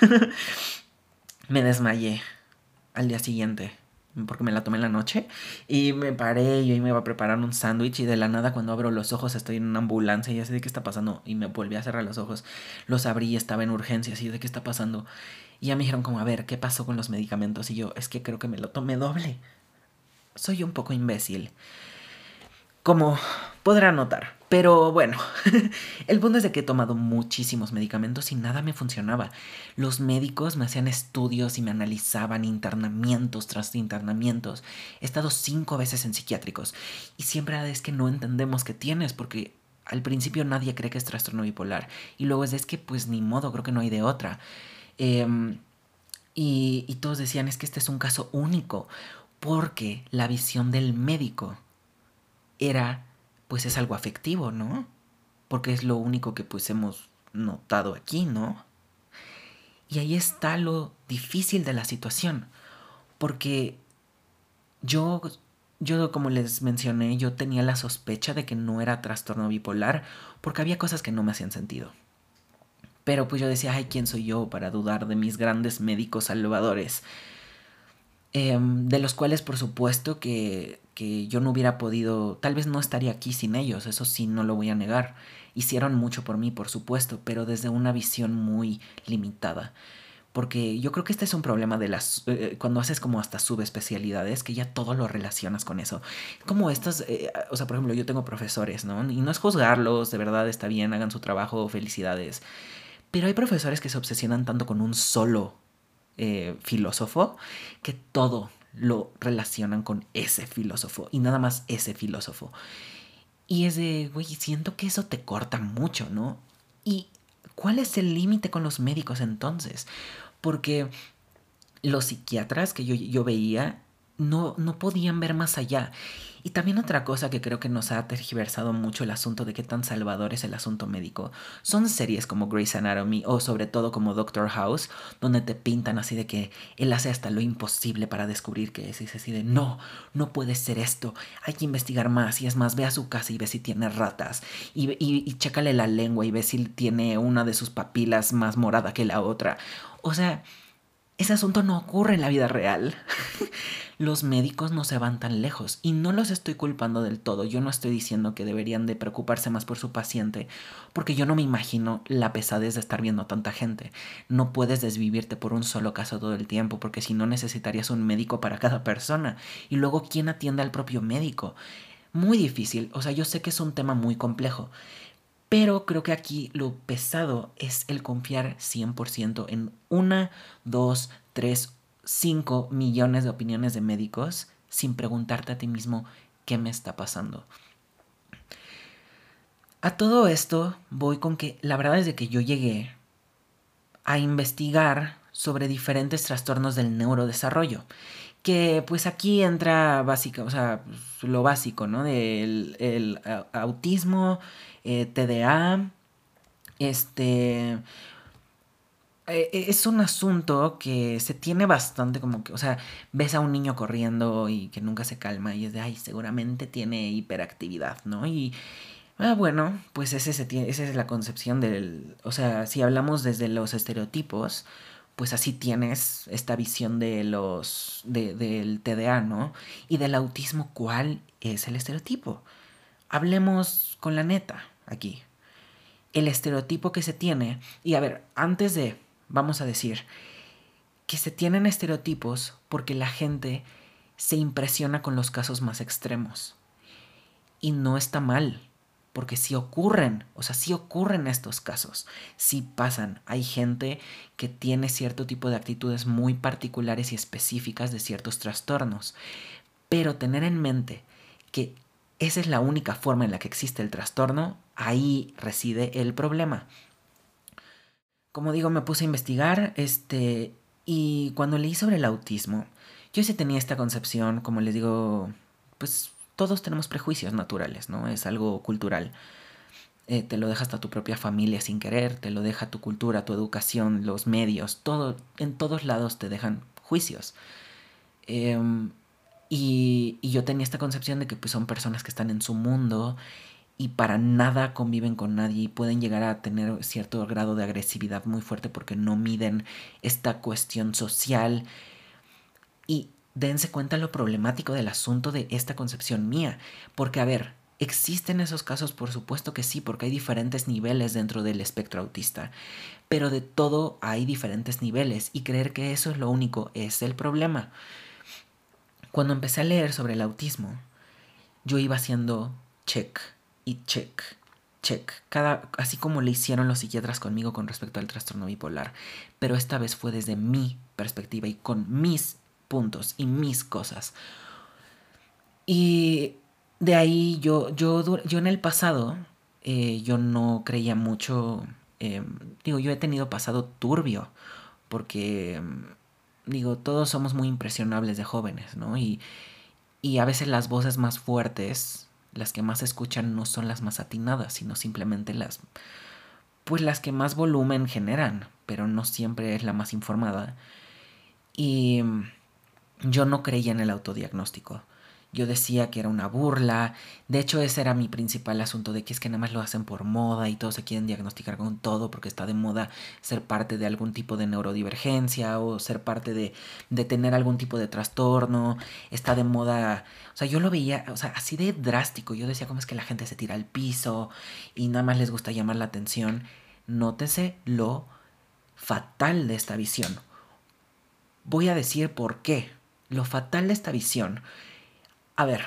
Me desmayé al día siguiente porque me la tomé en la noche y me paré y me iba a preparar un sándwich y de la nada cuando abro los ojos estoy en una ambulancia y ya sé de qué está pasando y me volví a cerrar los ojos, los abrí y estaba en urgencias y de qué está pasando y ya me dijeron como a ver qué pasó con los medicamentos y yo es que creo que me lo tomé doble, soy un poco imbécil como podrán notar. Pero bueno, el punto es de que he tomado muchísimos medicamentos y nada me funcionaba. Los médicos me hacían estudios y me analizaban internamientos tras internamientos. He estado cinco veces en psiquiátricos y siempre es que no entendemos qué tienes porque al principio nadie cree que es trastorno bipolar y luego es, de, es que pues ni modo, creo que no hay de otra. Eh, y, y todos decían es que este es un caso único porque la visión del médico era, pues es algo afectivo, ¿no? Porque es lo único que pues hemos notado aquí, ¿no? Y ahí está lo difícil de la situación, porque yo, yo como les mencioné, yo tenía la sospecha de que no era trastorno bipolar, porque había cosas que no me hacían sentido. Pero pues yo decía, ay, ¿quién soy yo para dudar de mis grandes médicos salvadores? Eh, de los cuales por supuesto que, que yo no hubiera podido, tal vez no estaría aquí sin ellos, eso sí no lo voy a negar. Hicieron mucho por mí, por supuesto, pero desde una visión muy limitada. Porque yo creo que este es un problema de las... Eh, cuando haces como hasta subespecialidades, que ya todo lo relacionas con eso. Como estas... Eh, o sea, por ejemplo, yo tengo profesores, ¿no? Y no es juzgarlos, de verdad está bien, hagan su trabajo, felicidades. Pero hay profesores que se obsesionan tanto con un solo eh, filósofo que todo lo relacionan con ese filósofo y nada más ese filósofo. Y es de, güey, siento que eso te corta mucho, ¿no? ¿Y cuál es el límite con los médicos entonces? Porque los psiquiatras que yo, yo veía no, no podían ver más allá. Y también otra cosa que creo que nos ha tergiversado mucho el asunto de qué tan salvador es el asunto médico son series como Grey's Anatomy o sobre todo como Doctor House, donde te pintan así de que él hace hasta lo imposible para descubrir qué es y es así de no, no puede ser esto, hay que investigar más y es más, ve a su casa y ve si tiene ratas y, y, y chécale la lengua y ve si tiene una de sus papilas más morada que la otra. O sea, ese asunto no ocurre en la vida real. Los médicos no se van tan lejos y no los estoy culpando del todo. Yo no estoy diciendo que deberían de preocuparse más por su paciente, porque yo no me imagino la pesadez de estar viendo tanta gente. No puedes desvivirte por un solo caso todo el tiempo, porque si no necesitarías un médico para cada persona. Y luego, ¿quién atiende al propio médico? Muy difícil. O sea, yo sé que es un tema muy complejo. Pero creo que aquí lo pesado es el confiar cien por ciento en una, dos, tres, cinco millones de opiniones de médicos sin preguntarte a ti mismo qué me está pasando. A todo esto voy con que la verdad es de que yo llegué a investigar sobre diferentes trastornos del neurodesarrollo. Que pues aquí entra básica, o sea, lo básico, ¿no? Del el, autismo, eh, T D A, este, eh, es un asunto que se tiene bastante como que, o sea, ves a un niño corriendo y que nunca se calma y es de, ay, seguramente tiene hiperactividad, ¿no? Y, ah, bueno, pues ese se tiene, esa es la concepción del, o sea, si hablamos desde los estereotipos, pues así tienes esta visión de los, de, del T D A, ¿no? Y del autismo, ¿cuál es el estereotipo? Hablemos con la neta aquí. El estereotipo que se tiene, y a ver, antes de, vamos a decir, que se tienen estereotipos porque la gente se impresiona con los casos más extremos. Y no está mal, porque sí ocurren, o sea, sí ocurren estos casos, sí pasan. Hay gente que tiene cierto tipo de actitudes muy particulares y específicas de ciertos trastornos. Pero tener en mente que esa es la única forma en la que existe el trastorno, ahí reside el problema. Como digo, me puse a investigar, este, y cuando leí sobre el autismo, yo sí tenía esta concepción, como les digo, pues todos tenemos prejuicios naturales, ¿no? Es algo cultural. Eh, te lo deja hasta tu propia familia sin querer, te lo deja tu cultura, tu educación, los medios, todo, en todos lados te dejan juicios. Em, y, y yo tenía esta concepción de que pues, son personas que están en su mundo y para nada conviven con nadie y pueden llegar a tener cierto grado de agresividad muy fuerte porque no miden esta cuestión social. Y dense cuenta lo problemático del asunto de esta concepción mía. Porque, a ver, ¿existen esos casos? Por supuesto que sí, porque hay diferentes niveles dentro del espectro autista. Pero de todo hay diferentes niveles y creer que eso es lo único es el problema. Cuando empecé a leer sobre el autismo, yo iba haciendo check y check, check, cada, así como le hicieron los psiquiatras conmigo con respecto al trastorno bipolar, pero esta vez fue desde mi perspectiva y con mis puntos y mis cosas. Y de ahí yo, yo, yo en el pasado, eh, yo no creía mucho, eh, digo, yo he tenido pasado turbio, porque, digo, todos somos muy impresionables de jóvenes, ¿no? Y, y a veces las voces más fuertes, las que más se escuchan, no son las más atinadas, sino simplemente las, pues las que más volumen generan, pero no siempre es la más informada. Y yo no creía en el autodiagnóstico. Yo decía que era una burla. De hecho, ese era mi principal asunto, de que es que nada más lo hacen por moda y todos se quieren diagnosticar con todo porque está de moda ser parte de algún tipo de neurodivergencia o ser parte de, de tener algún tipo de trastorno. Está de moda. O sea, yo lo veía, o sea, así de drástico. Yo decía, ¿cómo es que la gente se tira al piso y nada más les gusta llamar la atención? Nótese lo fatal de esta visión. Voy a decir por qué. Lo fatal de esta visión. A ver,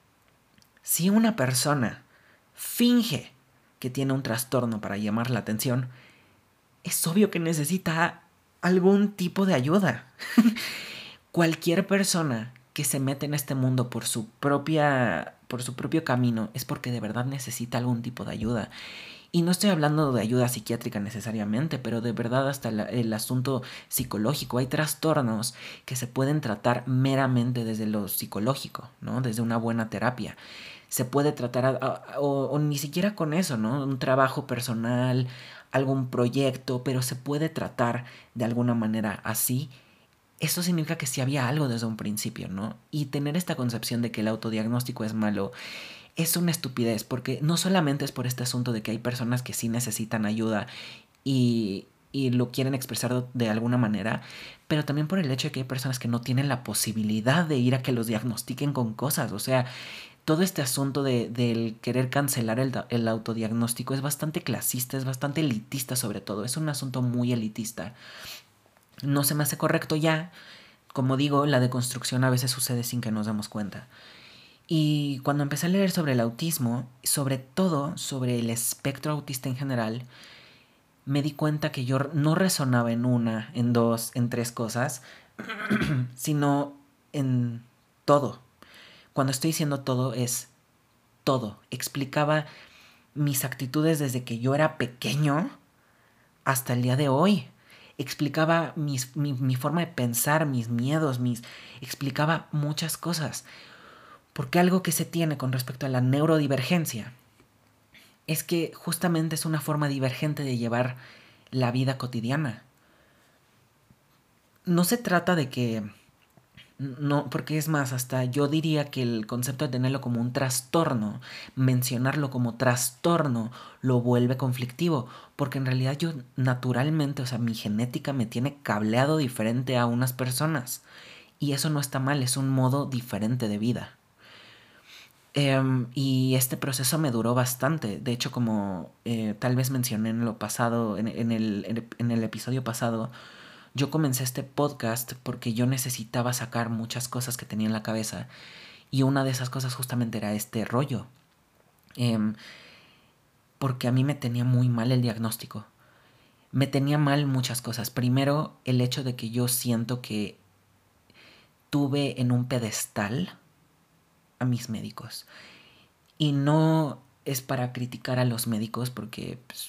si una persona finge que tiene un trastorno para llamar la atención, es obvio que necesita algún tipo de ayuda. Cualquier persona que se mete en este mundo por su propia por su propio camino es porque de verdad necesita algún tipo de ayuda. Y no estoy hablando de ayuda psiquiátrica necesariamente, pero de verdad hasta la, el asunto psicológico. Hay trastornos que se pueden tratar meramente desde lo psicológico, ¿no? Desde una buena terapia. Se puede tratar, a, a, o, o ni siquiera con eso, ¿no? Un trabajo personal, algún proyecto, pero se puede tratar de alguna manera así. Eso significa que sí había algo desde un principio, ¿no? Y tener esta concepción de que el autodiagnóstico es malo es una estupidez, porque no solamente es por este asunto de que hay personas que sí necesitan ayuda y, y lo quieren expresar de alguna manera, pero también por el hecho de que hay personas que no tienen la posibilidad de ir a que los diagnostiquen con cosas. O sea, todo este asunto de, del querer cancelar el, el autodiagnóstico es bastante clasista, es bastante elitista sobre todo, es un asunto muy elitista. No se me hace correcto ya. Como digo, la deconstrucción a veces sucede sin que nos demos cuenta. Y cuando empecé a leer sobre el autismo, sobre todo sobre el espectro autista en general, me di cuenta que yo no resonaba en una, en dos, en tres cosas, sino en todo. Cuando estoy diciendo todo es todo. Explicaba mis actitudes desde que yo era pequeño hasta el día de hoy. Explicaba mis, mi, mi forma de pensar, mis miedos, mis... explicaba muchas cosas. Porque algo que se tiene con respecto a la neurodivergencia es que justamente es una forma divergente de llevar la vida cotidiana. No se trata de que... No, porque es más, hasta yo diría que el concepto de tenerlo como un trastorno, mencionarlo como trastorno, lo vuelve conflictivo, porque en realidad yo naturalmente, o sea, mi genética me tiene cableado diferente a unas personas, y eso no está mal, es un modo diferente de vida. Um, y este proceso me duró bastante. De hecho, como eh, tal vez mencioné en lo pasado, en, en, el, en, en el episodio pasado, yo comencé este podcast porque yo necesitaba sacar muchas cosas que tenía en la cabeza. Y una de esas cosas justamente era este rollo. Um, porque a mí me tenía muy mal el diagnóstico. Me tenía mal muchas cosas. Primero, el hecho de que yo siento que tuve en un pedestal a mis médicos. Y no es para criticar a los médicos porque pues,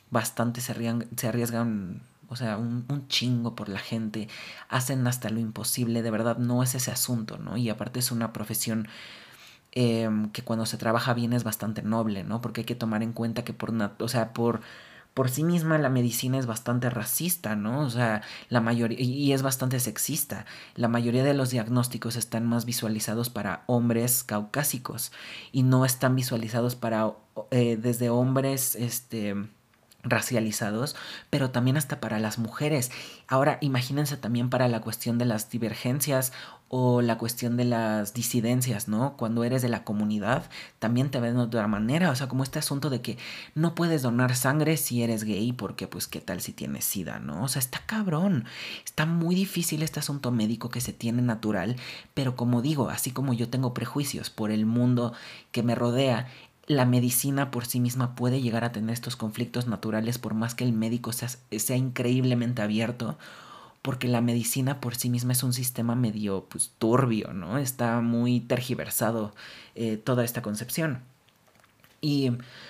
bastante se arriesgan, se arriesgan o sea, un, un chingo por la gente, hacen hasta lo imposible, de verdad no es ese asunto, ¿no? Y aparte es una profesión eh, que cuando se trabaja bien es bastante noble, ¿no? Porque hay que tomar en cuenta que por, o sea, por, por sí misma la medicina es bastante racista, ¿no? O sea, la mayoría, y es bastante sexista. La mayoría de los diagnósticos están más visualizados para hombres caucásicos y no están visualizados para eh, desde hombres, este racializados, pero también hasta para las mujeres. Ahora, imagínense también para la cuestión de las divergencias o la cuestión de las disidencias, ¿no? Cuando eres de la comunidad, también te ven de otra manera, o sea, como este asunto de que no puedes donar sangre si eres gay porque, pues, ¿qué tal si tienes sida, no? O sea, está cabrón, está muy difícil este asunto médico que se tiene natural, pero como digo, así como yo tengo prejuicios por el mundo que me rodea, la medicina por sí misma puede llegar a tener estos conflictos naturales por más que el médico sea, sea increíblemente abierto, porque la medicina por sí misma es un sistema medio pues turbio, ¿no? Está muy tergiversado eh, toda esta concepción. Y,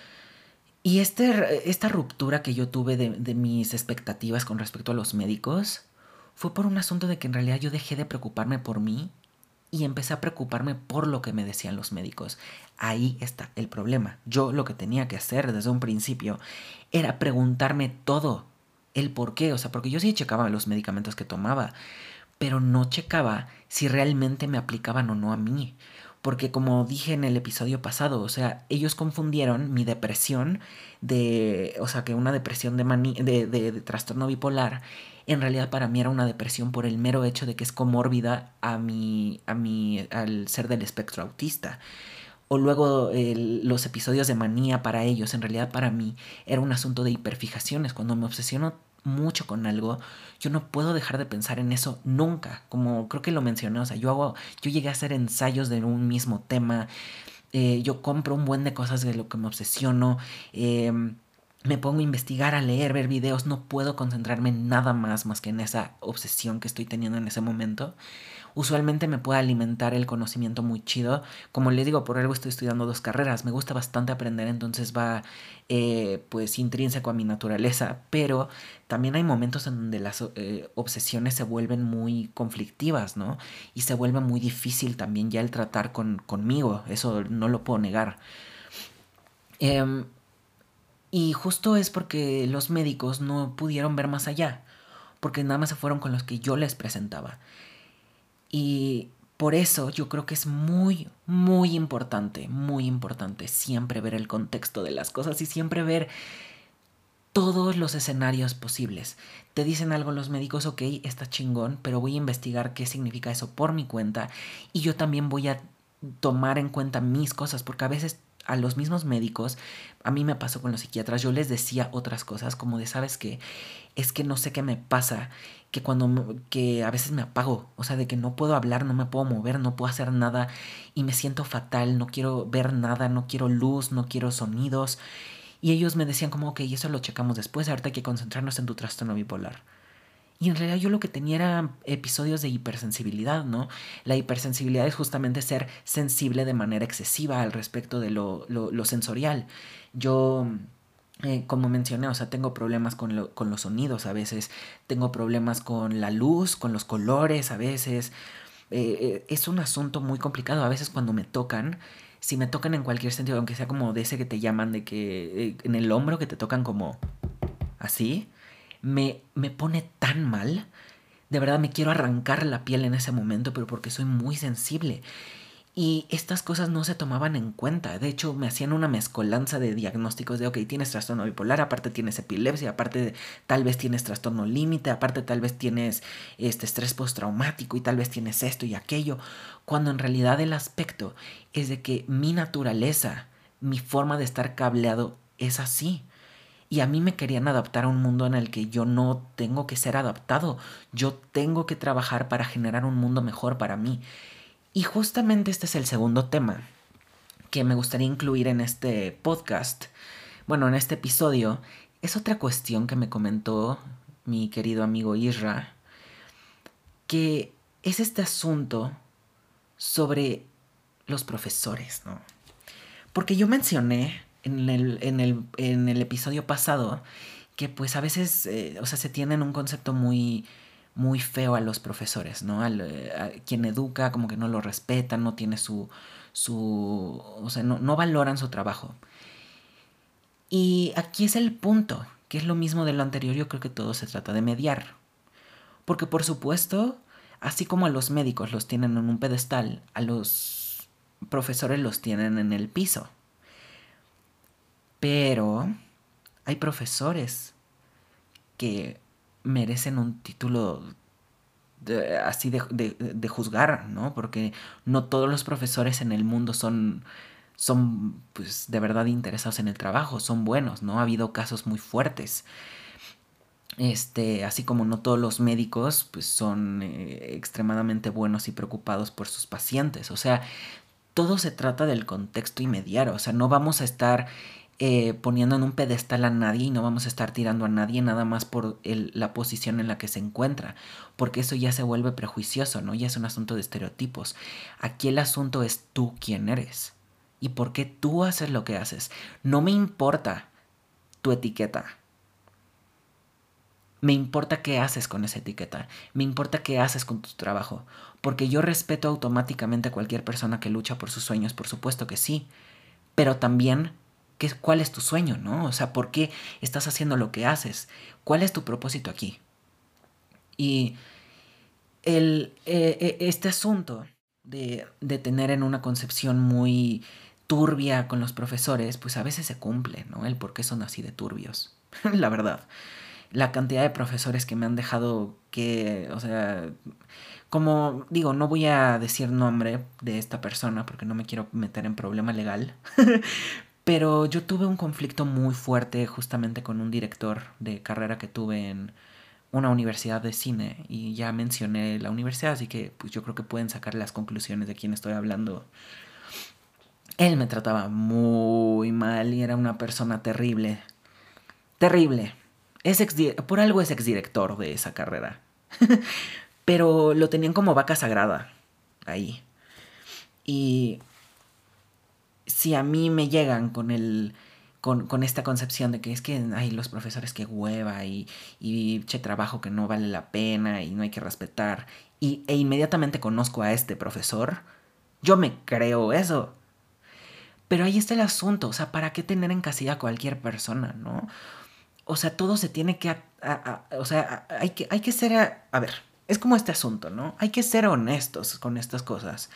y este, esta ruptura que yo tuve de, de mis expectativas con respecto a los médicos fue por un asunto de que en realidad yo dejé de preocuparme por mí y empecé a preocuparme por lo que me decían los médicos. Ahí está el problema. Yo lo que tenía que hacer desde un principio era preguntarme todo, el por qué, o sea, porque yo sí checaba los medicamentos que tomaba, pero no checaba si realmente me aplicaban o no a mí. Porque como dije en el episodio pasado, o sea, ellos confundieron mi depresión de, o sea, que una depresión de, maní, de, de, de trastorno bipolar, en realidad para mí era una depresión por el mero hecho de que es comórbida a mi, a mi, al ser del espectro autista. O luego el, los episodios de manía para ellos, en realidad para mí era un asunto de hiperfijaciones. Cuando me obsesiono mucho con algo, yo no puedo dejar de pensar en eso nunca. Como creo que lo mencioné, o sea, yo hago, yo llegué a hacer ensayos de un mismo tema, eh, yo compro un buen de cosas de lo que me obsesiono, eh, me pongo a investigar, a leer, ver videos, no puedo concentrarme en nada más más que en esa obsesión que estoy teniendo en ese momento. Usualmente me puede alimentar el conocimiento muy chido. Como les digo, por algo estoy estudiando dos carreras. Me gusta bastante aprender, entonces va eh, pues intrínseco a mi naturaleza. Pero también hay momentos en donde las eh, obsesiones se vuelven muy conflictivas, ¿no? Y se vuelve muy difícil también ya el tratar con, conmigo. Eso no lo puedo negar. Eh, y justo es porque los médicos no pudieron ver más allá. Porque nada más se fueron con los que yo les presentaba. Y por eso yo creo que es muy, muy importante, muy importante siempre ver el contexto de las cosas y siempre ver todos los escenarios posibles. Te dicen algo los médicos, ok, está chingón, pero voy a investigar qué significa eso por mi cuenta y yo también voy a tomar en cuenta mis cosas, porque a veces a los mismos médicos, a mí me pasó con los psiquiatras, yo les decía otras cosas como de, ¿sabes qué? Es que no sé qué me pasa, que cuando, que a veces me apago, o sea, de que no puedo hablar, no me puedo mover, no puedo hacer nada y me siento fatal, no quiero ver nada, no quiero luz, no quiero sonidos. Y ellos me decían como, ok, eso lo checamos después, ahorita hay que concentrarnos en tu trastorno bipolar. Y en realidad yo lo que tenía era episodios de hipersensibilidad, ¿no? La hipersensibilidad es justamente ser sensible de manera excesiva al respecto de lo, lo, lo sensorial. Yo, eh, como mencioné, o sea, tengo problemas con, lo, con los sonidos a veces, tengo problemas con la luz, con los colores a veces. Eh, eh, es un asunto muy complicado. A veces cuando me tocan, si me tocan en cualquier sentido, aunque sea como de ese que te llaman, de que eh, en el hombro que te tocan como así, me, me pone tan mal. De verdad me quiero arrancar la piel en ese momento, pero porque soy muy sensible. Y estas cosas no se tomaban en cuenta. De hecho, me hacían una mezcolanza de diagnósticos de, ok, tienes trastorno bipolar, aparte tienes epilepsia, aparte tal vez tienes trastorno límite, aparte tal vez tienes este estrés postraumático y tal vez tienes esto y aquello. Cuando en realidad el aspecto es de que mi naturaleza, mi forma de estar cableado es así. Y a mí me querían adaptar a un mundo en el que yo no tengo que ser adaptado. Yo tengo que trabajar para generar un mundo mejor para mí. Y justamente este es el segundo tema que me gustaría incluir en este podcast. Bueno, en este episodio. Es otra cuestión que me comentó mi querido amigo Isra. Que es este asunto sobre los profesores, ¿no? Porque yo mencioné en el, en el, en el episodio pasado, que pues a veces, eh, o sea, se tienen un concepto muy, muy feo a los profesores, ¿no? Al, eh, a quien educa, como que no lo respetan, no tiene su, su, o sea, no, no valoran su trabajo. Y aquí es el punto, que es lo mismo de lo anterior, yo creo que todo se trata de mediar. Porque por supuesto, así como a los médicos los tienen en un pedestal, a los profesores los tienen en el piso. Pero hay profesores que merecen un título de, así de, de, de juzgar, ¿no? Porque no todos los profesores en el mundo son, son, pues, de verdad interesados en el trabajo, son buenos, ¿no? Ha habido casos muy fuertes. Este, así como no todos los médicos, pues, son eh, extremadamente buenos y preocupados por sus pacientes. O sea, todo se trata del contexto inmediato. O sea, no vamos a estar eh, poniendo en un pedestal a nadie y no vamos a estar tirando a nadie nada más por el, la posición en la que se encuentra, porque eso ya se vuelve prejuicioso, ¿no? Ya es un asunto de estereotipos. Aquí el asunto es tú quién eres y por qué tú haces lo que haces. No me importa tu etiqueta. Me importa qué haces con esa etiqueta. Me importa qué haces con tu trabajo. Porque yo respeto automáticamente a cualquier persona que lucha por sus sueños, por supuesto que sí. Pero también, ¿qué, ¿cuál es tu sueño, no? O sea, ¿por qué estás haciendo lo que haces? ¿Cuál es tu propósito aquí? Y el, eh, eh, este asunto de, de tener en una concepción muy turbia con los profesores, pues a veces se cumple, ¿no? El por qué son así de turbios. La verdad. La cantidad de profesores que me han dejado que, o sea, como digo, no voy a decir nombre de esta persona porque no me quiero meter en problema legal, pero yo tuve un conflicto muy fuerte justamente con un director de carrera que tuve en una universidad de cine y ya mencioné la universidad, así que pues yo creo que pueden sacar las conclusiones de quién estoy hablando. Él me trataba muy mal y era una persona terrible, terrible. Es ex por algo es exdirector de esa carrera. Pero lo tenían como vaca sagrada ahí. Y si a mí me llegan con el con, con esta concepción de que es que hay los profesores que hueva y, y che trabajo que no vale la pena y no hay que respetar y, e inmediatamente conozco a este profesor, yo me creo eso. Pero ahí está el asunto, o sea, ¿para qué tener en casilla a cualquier persona, no? O sea, todo se tiene que... A, a, a, o sea, hay que, hay que ser... A, a ver, es como este asunto, ¿no? Hay que ser honestos con estas cosas.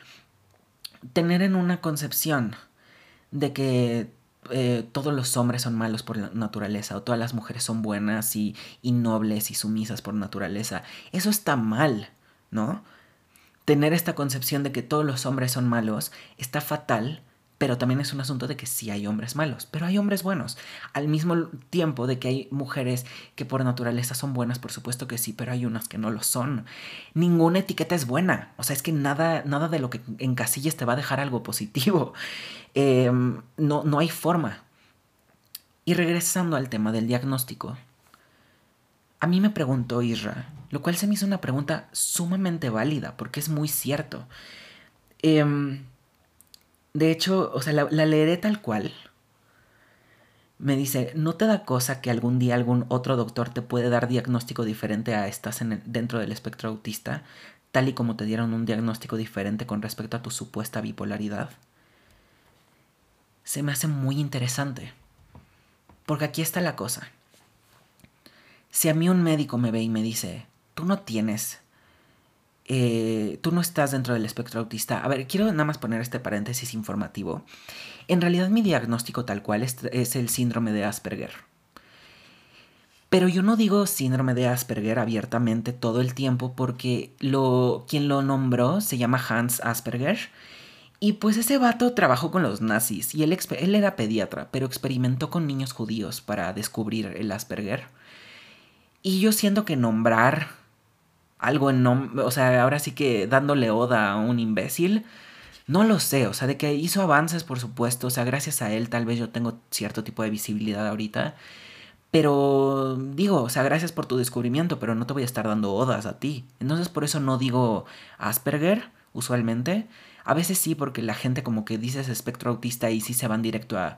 Tener en una concepción de que eh, todos los hombres son malos por naturaleza o todas las mujeres son buenas y, y nobles y sumisas por naturaleza. Eso está mal, ¿no? Tener esta concepción de que todos los hombres son malos está fatal, pero también es un asunto de que sí hay hombres malos, pero hay hombres buenos. Al mismo tiempo de que hay mujeres que por naturaleza son buenas, por supuesto que sí, pero hay unas que no lo son. Ninguna etiqueta es buena. O sea, es que nada, nada de lo que encasilles te va a dejar algo positivo. Eh, no, no hay forma. Y regresando al tema del diagnóstico, a mí me preguntó Isra, lo cual se me hizo una pregunta sumamente válida, porque es muy cierto. Eh, de hecho, o sea, la, la leeré tal cual. Me dice, ¿no te da cosa que algún día algún otro doctor te puede dar diagnóstico diferente a estás en el, dentro del espectro autista, tal y como te dieron un diagnóstico diferente con respecto a tu supuesta bipolaridad? Se me hace muy interesante. Porque aquí está la cosa. Si a mí un médico me ve y me dice, tú no tienes, eh, tú no estás dentro del espectro autista. A ver, quiero nada más poner este paréntesis informativo. En realidad mi diagnóstico tal cual es, es el síndrome de Asperger. Pero yo no digo síndrome de Asperger abiertamente todo el tiempo porque lo, quien lo nombró se llama Hans Asperger. Y pues ese vato trabajó con los nazis y él, él era pediatra, pero experimentó con niños judíos para descubrir el Asperger. Y yo siento que nombrar algo en nombre, o sea, ahora sí que dándole oda a un imbécil, no lo sé, o sea, de que hizo avances, por supuesto, o sea, gracias a él tal vez yo tengo cierto tipo de visibilidad ahorita, pero digo, o sea, gracias por tu descubrimiento, pero no te voy a estar dando odas a ti. Entonces por eso no digo Asperger, usualmente. A veces sí, porque la gente como que dices espectro autista y sí se van directo a,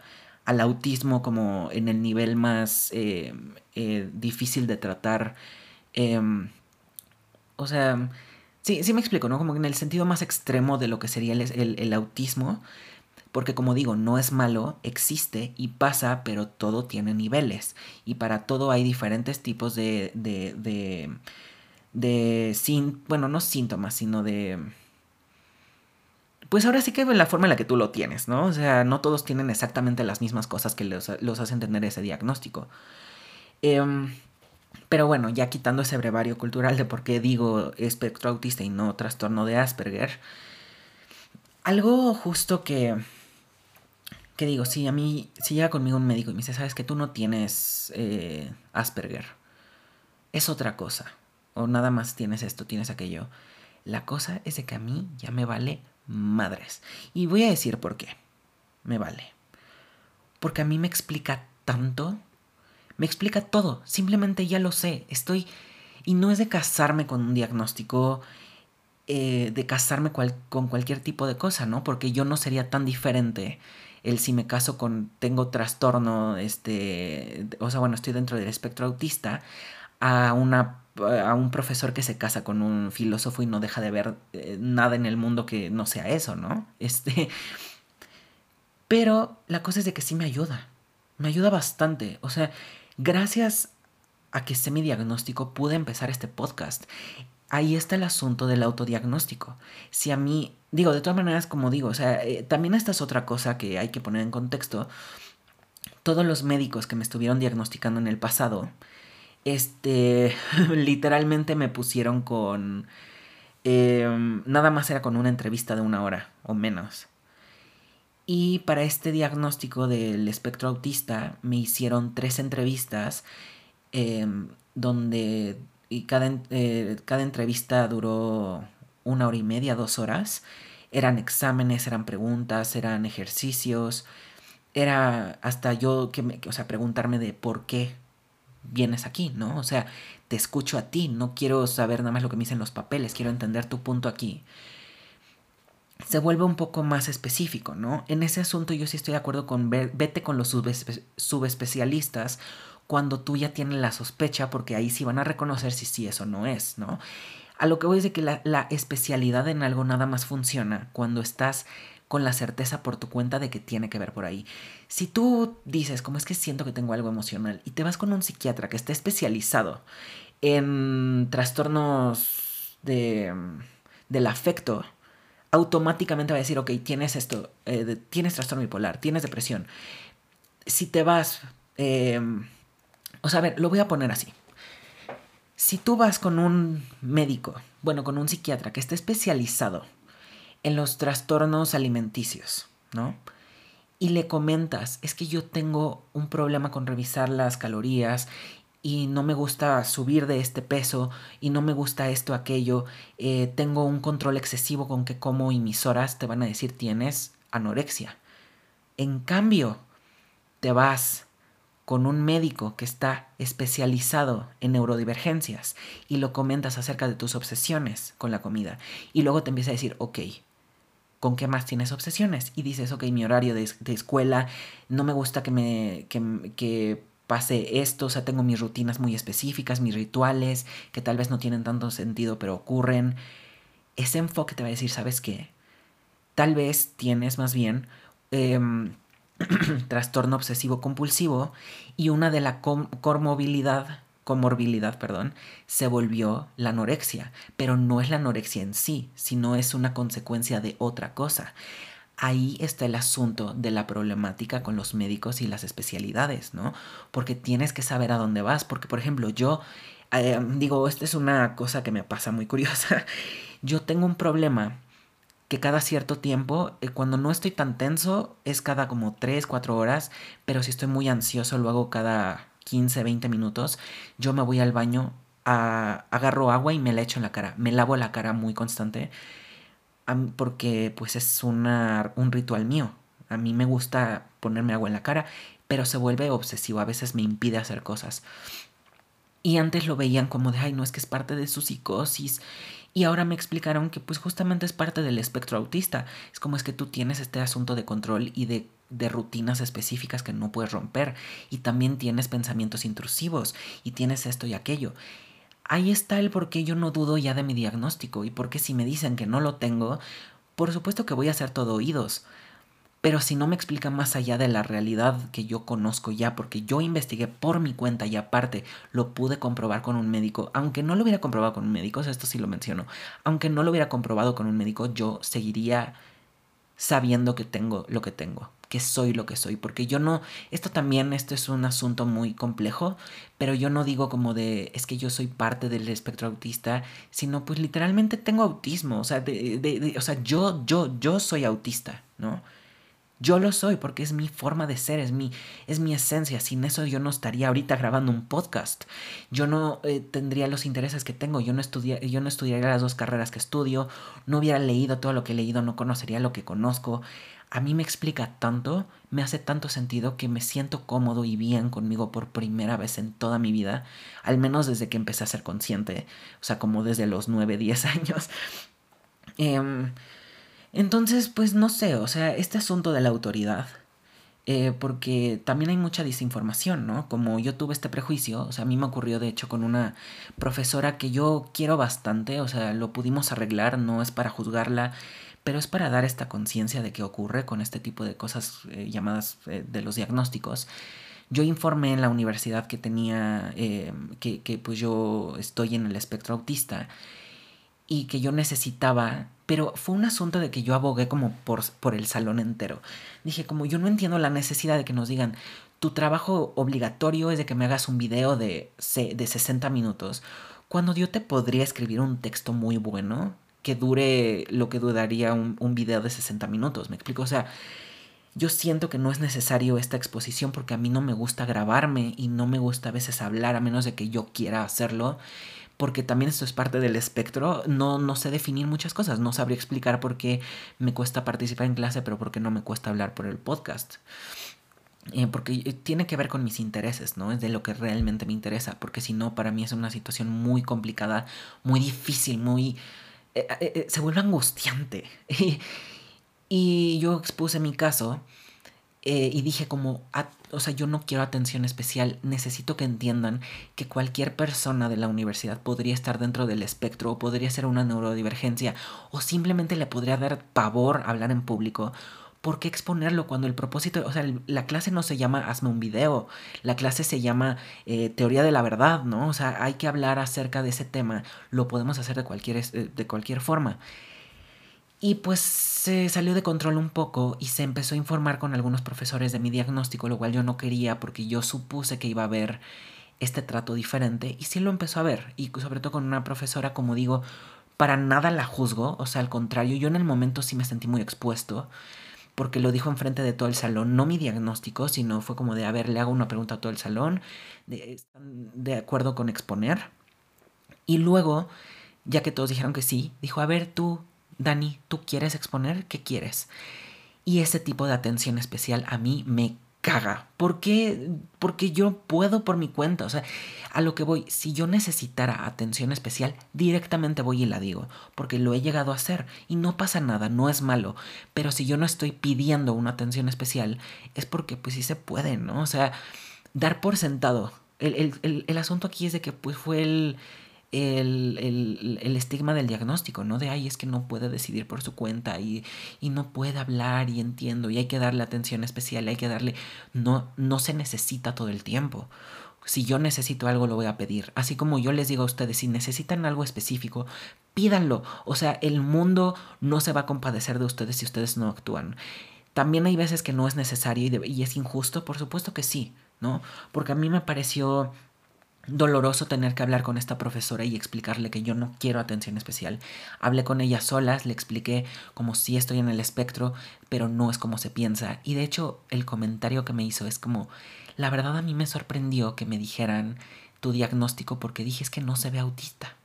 al autismo como en el nivel más eh, eh, difícil de tratar. Eh, o sea, sí, sí me explico, ¿no? Como en el sentido más extremo de lo que sería el, el, el autismo, porque como digo, no es malo, existe y pasa, pero todo tiene niveles. Y para todo hay diferentes tipos de... de, de, de sin, bueno, no síntomas, sino de... Pues ahora sí que la forma en la que tú lo tienes, ¿no? O sea, no todos tienen exactamente las mismas cosas que los, los hacen tener ese diagnóstico. Eh, pero bueno, ya quitando ese brevario cultural de por qué digo espectro autista y no trastorno de Asperger, algo justo que que digo, si a mí, si llega conmigo un médico y me dice, sabes que tú no tienes eh, Asperger, es otra cosa. O nada más tienes esto, tienes aquello. La cosa es de que a mí ya me vale madres. Y voy a decir por qué. Me vale. Porque a mí me explica tanto. Me explica todo. Simplemente ya lo sé. Estoy... Y no es de casarme con un diagnóstico, eh, de casarme cual, con cualquier tipo de cosa, ¿no? Porque yo no sería tan diferente el si me caso con, tengo trastorno, este, o sea, bueno, estoy dentro del espectro autista, a una a un profesor que se casa con un filósofo y no deja de ver eh, nada en el mundo que no sea eso, ¿no? Este, pero la cosa es de que sí me ayuda. Me ayuda bastante. O sea, gracias a que sé mi diagnóstico pude empezar este podcast. Ahí está el asunto del autodiagnóstico. Si a mí, digo, de todas maneras, como digo, o sea, eh, también esta es otra cosa que hay que poner en contexto. Todos los médicos que me estuvieron diagnosticando en el pasado, este, literalmente me pusieron con, eh, nada más era con una entrevista de una hora o menos. Y para este diagnóstico del espectro autista me hicieron tres entrevistas eh, donde y cada, eh, cada entrevista duró una hora y media, dos horas. Eran exámenes, eran preguntas, eran ejercicios. Era hasta yo que me, o sea, preguntarme de por qué vienes aquí, ¿no? O sea, te escucho a ti, no quiero saber nada más lo que me dicen los papeles, quiero entender tu punto aquí. Se vuelve un poco más específico, ¿no? En ese asunto yo sí estoy de acuerdo con ver, vete con los subespe subespecialistas cuando tú ya tienes la sospecha, porque ahí sí van a reconocer si sí eso no es, ¿no? A lo que voy es de que la, la especialidad en algo nada más funciona cuando estás con la certeza por tu cuenta de que tiene que ver por ahí. Si tú dices, como es que siento que tengo algo emocional, y te vas con un psiquiatra que esté especializado en trastornos de, del afecto, automáticamente va a decir, ok, tienes esto, eh, tienes trastorno bipolar, tienes depresión. Si te vas, eh, o sea, a ver, lo voy a poner así. Si tú vas con un médico, bueno, con un psiquiatra que esté especializado en los trastornos alimenticios, ¿no? Y le comentas, es que yo tengo un problema con revisar las calorías y no me gusta subir de este peso y no me gusta esto, aquello, eh, tengo un control excesivo con qué como y mis horas, te van a decir tienes anorexia. En cambio, te vas con un médico que está especializado en neurodivergencias y lo comentas acerca de tus obsesiones con la comida y luego te empieza a decir, ok, ¿con qué más tienes obsesiones? Y dices, ok, mi horario de, de escuela, no me gusta que me que, que pase esto, o sea, tengo mis rutinas muy específicas, mis rituales, que tal vez no tienen tanto sentido, pero ocurren. Ese enfoque te va a decir, ¿sabes qué? Tal vez tienes más bien eh, trastorno obsesivo compulsivo y una de la com comorbilidad, comorbilidad, perdón, se volvió la anorexia, pero no es la anorexia en sí, sino es una consecuencia de otra cosa. Ahí está el asunto de la problemática con los médicos y las especialidades, ¿no? Porque tienes que saber a dónde vas, porque por ejemplo yo, eh, digo, esta es una cosa que me pasa muy curiosa, yo tengo un problema que cada cierto tiempo, eh, cuando no estoy tan tenso, es cada como tres cuatro horas, pero si estoy muy ansioso lo hago cada quince veinte minutos, yo me voy al baño, a, agarro agua y me la echo en la cara, me lavo la cara muy constante, porque pues es una, un ritual mío, a mí me gusta ponerme agua en la cara, pero se vuelve obsesivo, a veces me impide hacer cosas. Y antes lo veían como de, ay, no, es que es parte de su psicosis. Y ahora me explicaron que pues justamente es parte del espectro autista. Es como es que tú tienes este asunto de control y de, de rutinas específicas que no puedes romper. Y también tienes pensamientos intrusivos. Y tienes esto y aquello. Ahí está el por qué yo no dudo ya de mi diagnóstico. Y por qué si me dicen que no lo tengo, por supuesto que voy a ser todo oídos. Pero si no me explican más allá de la realidad que yo conozco ya, porque yo investigué por mi cuenta y aparte lo pude comprobar con un médico, aunque no lo hubiera comprobado con un médico, o sea, esto sí lo menciono, aunque no lo hubiera comprobado con un médico, yo seguiría sabiendo que tengo lo que tengo, que soy lo que soy, porque yo no, esto también, esto es un asunto muy complejo, pero yo no digo como de, es que yo soy parte del espectro autista, sino pues literalmente tengo autismo, o sea, de, de, de, o sea, yo, yo, yo soy autista, ¿no? Yo lo soy porque es mi forma de ser, es mi, es mi esencia. Sin eso yo no estaría ahorita grabando un podcast. Yo no eh, tendría los intereses que tengo. Yo no, estudia, yo no estudiaría las dos carreras que estudio. No hubiera leído todo lo que he leído. No conocería lo que conozco. A mí me explica tanto, me hace tanto sentido que me siento cómodo y bien conmigo por primera vez en toda mi vida. Al menos desde que empecé a ser consciente. O sea, como desde los nueve diez años. Eh, entonces, pues no sé, o sea, este asunto de la autoridad, eh, porque también hay mucha desinformación, ¿no? Como yo tuve este prejuicio, o sea, a mí me ocurrió de hecho con una profesora que yo quiero bastante, o sea, lo pudimos arreglar, no es para juzgarla, pero es para dar esta conciencia de qué ocurre con este tipo de cosas eh, llamadas eh, de los diagnósticos. Yo informé en la universidad que tenía, eh, que, que pues yo estoy en el espectro autista y que yo necesitaba, pero fue un asunto de que yo abogué como por, por el salón entero. Dije, como yo no entiendo la necesidad de que nos digan, tu trabajo obligatorio es de que me hagas un video de, de sesenta minutos, cuando yo te podría escribir un texto muy bueno que dure lo que duraría un, un video de sesenta minutos, ¿me explico? O sea, yo siento que no es necesario esta exposición porque a mí no me gusta grabarme y no me gusta a veces hablar a menos de que yo quiera hacerlo, porque también esto es parte del espectro, no, no sé definir muchas cosas, no sabría explicar por qué me cuesta participar en clase, pero por qué no me cuesta hablar por el podcast. Eh, porque tiene que ver con mis intereses, ¿no? Es de lo que realmente me interesa, porque si no, para mí es una situación muy complicada, muy difícil, muy... eh, eh, eh, se vuelve angustiante. Y yo expuse mi caso eh, y dije como, a- o sea, yo no quiero atención especial, necesito que entiendan que cualquier persona de la universidad podría estar dentro del espectro o podría ser una neurodivergencia o simplemente le podría dar pavor hablar en público. ¿Por qué exponerlo cuando el propósito, o sea, el- la clase no se llama hazme un video, la clase se llama eh, teoría de la verdad, ¿no? O sea, hay que hablar acerca de ese tema, lo podemos hacer de cualquier, es- eh, de cualquier forma. Y pues se salió de control un poco y se empezó a informar con algunos profesores de mi diagnóstico, lo cual yo no quería porque yo supuse que iba a haber este trato diferente y sí lo empezó a ver y sobre todo con una profesora, como digo, para nada la juzgo, o sea, al contrario, yo en el momento sí me sentí muy expuesto porque lo dijo enfrente de todo el salón, no mi diagnóstico, sino fue como de, a ver, le hago una pregunta a todo el salón, de, ¿están de acuerdo con exponer? Y luego, ya que todos dijeron que sí, dijo, a ver tú, Dani, ¿tú quieres exponer? ¿Qué quieres? Y ese tipo de atención especial a mí me caga. ¿Por qué? Porque yo puedo por mi cuenta. O sea, a lo que voy, si yo necesitara atención especial, directamente voy y la digo. Porque lo he llegado a hacer. Y no pasa nada, no es malo. Pero si yo no estoy pidiendo una atención especial, es porque pues sí se puede, ¿no? O sea, dar por sentado. El, el, el, el asunto aquí es de que pues fue el, el, el, el estigma del diagnóstico, ¿no? De, ay, es que no puede decidir por su cuenta y, y no puede hablar y entiendo y hay que darle atención especial, hay que darle... No, no se necesita todo el tiempo. Si yo necesito algo, lo voy a pedir. Así como yo les digo a ustedes, si necesitan algo específico, pídanlo. O sea, el mundo no se va a compadecer de ustedes si ustedes no actúan. También hay veces que no es necesario y, de- y es injusto, por supuesto que sí, ¿no? Porque a mí me pareció doloroso tener que hablar con esta profesora y explicarle que yo no quiero atención especial. Hablé con ella solas, le expliqué como si estoy en el espectro, pero no es como se piensa. Y de hecho, el comentario que me hizo es como, la verdad a mí me sorprendió que me dijeran tu diagnóstico porque dije es que no se ve autista.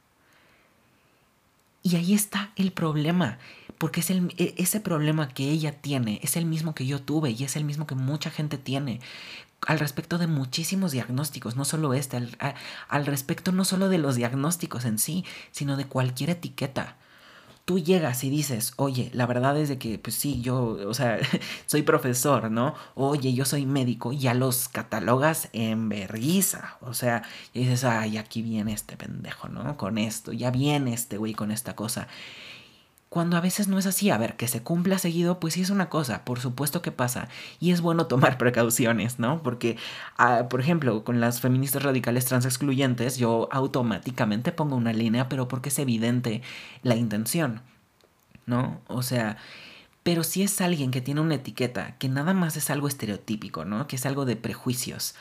Y ahí está el problema, porque es el, ese problema que ella tiene es el mismo que yo tuve y es el mismo que mucha gente tiene. al respecto de muchísimos diagnósticos, no solo este, al, a, al respecto no solo de los diagnósticos en sí, sino de cualquier etiqueta. Tú llegas y dices, oye, la verdad es de que, pues sí, yo, o sea, soy profesor, ¿no? Oye, yo soy médico, ya los catalogas en vergüenza. O sea, y dices, ay, aquí viene este pendejo, ¿no? Con esto, ya viene este güey con esta cosa. Cuando a veces no es así, a ver, que se cumpla seguido, pues sí es una cosa, por supuesto que pasa. Y es bueno tomar precauciones, ¿no? Porque, uh, por ejemplo, con las feministas radicales trans excluyentes, yo automáticamente pongo una línea, pero porque es evidente la intención, ¿no? O sea, pero si es alguien que tiene una etiqueta, que nada más es algo estereotípico, ¿no? Que es algo de prejuicios.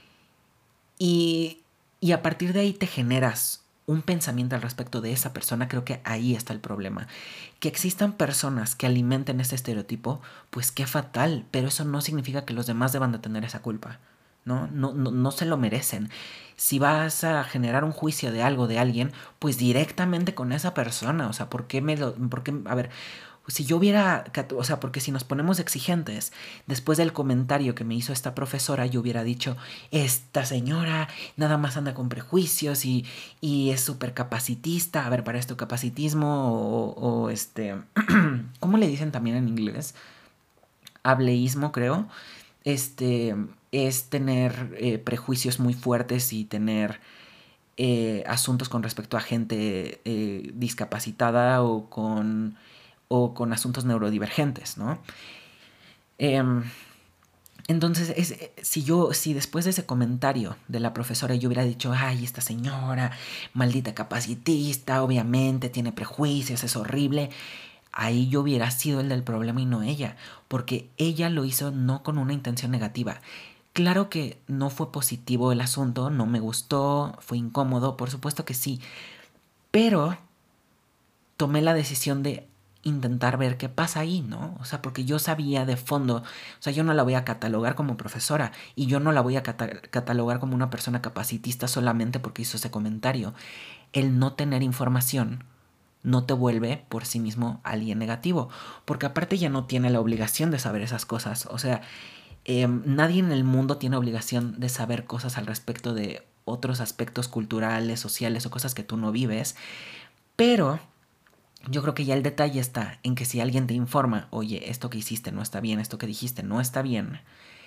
Y, y a partir de ahí te generas un pensamiento al respecto de esa persona, creo que ahí está el problema. Que existan personas que alimenten ese estereotipo, pues qué fatal, pero eso no significa que los demás deban de tener esa culpa, ¿no? No, no, no se lo merecen. Si vas a generar un juicio de algo de alguien, pues directamente con esa persona, o sea, ¿por qué me lo, por qué, a ver, si yo hubiera, o sea, porque si nos ponemos exigentes, después del comentario que me hizo esta profesora, yo hubiera dicho, esta señora nada más anda con prejuicios y, y es súper capacitista. A ver, para esto capacitismo o, o este, ¿cómo le dicen también en inglés? Hableísmo, creo. Este es tener eh, prejuicios muy fuertes y tener eh, asuntos con respecto a gente eh, discapacitada o con o con asuntos neurodivergentes, ¿no? Eh, entonces, es, si yo, si después de ese comentario de la profesora yo hubiera dicho, ay, esta señora, maldita capacitista, obviamente tiene prejuicios, es horrible, ahí yo hubiera sido el del problema y no ella, porque ella lo hizo no con una intención negativa. Claro que no fue positivo el asunto, no me gustó, fue incómodo, por supuesto que sí, pero tomé la decisión de intentar ver qué pasa ahí, ¿no? O sea, porque yo sabía de fondo, o sea, yo no la voy a catalogar como profesora y yo no la voy a cata catalogar como una persona capacitista solamente porque hizo ese comentario. El no tener información no te vuelve por sí mismo alguien negativo, porque aparte ya no tiene la obligación de saber esas cosas, o sea, eh, nadie en el mundo tiene obligación de saber cosas al respecto de otros aspectos culturales, sociales o cosas que tú no vives, pero yo creo que ya el detalle está en que si alguien te informa, oye, esto que hiciste no está bien, esto que dijiste no está bien,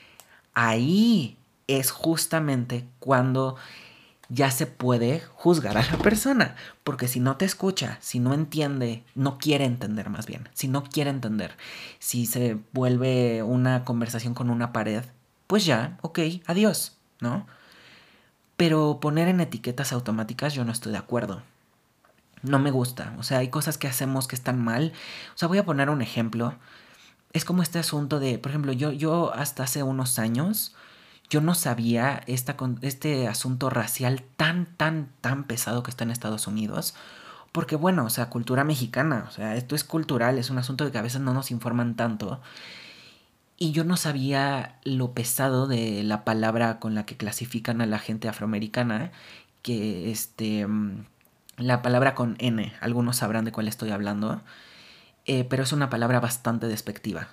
ahí es justamente cuando ya se puede juzgar a la persona. Porque si no te escucha, si no entiende, no quiere entender más bien, si no quiere entender, si se vuelve una conversación con una pared, pues ya, ok, adiós, ¿no? Pero poner en etiquetas automáticas yo no estoy de acuerdo. No me gusta. O sea, hay cosas que hacemos que están mal. O sea, voy a poner un ejemplo. Es como este asunto de, por ejemplo, yo, yo hasta hace unos años, yo no sabía esta, este asunto racial tan, tan, tan pesado que está en Estados Unidos. Porque bueno, o sea, cultura mexicana, o sea, esto es cultural, es un asunto de que a veces no nos informan tanto. Y yo no sabía lo pesado de la palabra con la que clasifican a la gente afroamericana, que este... La palabra con N, algunos sabrán de cuál estoy hablando, eh, pero es una palabra bastante despectiva.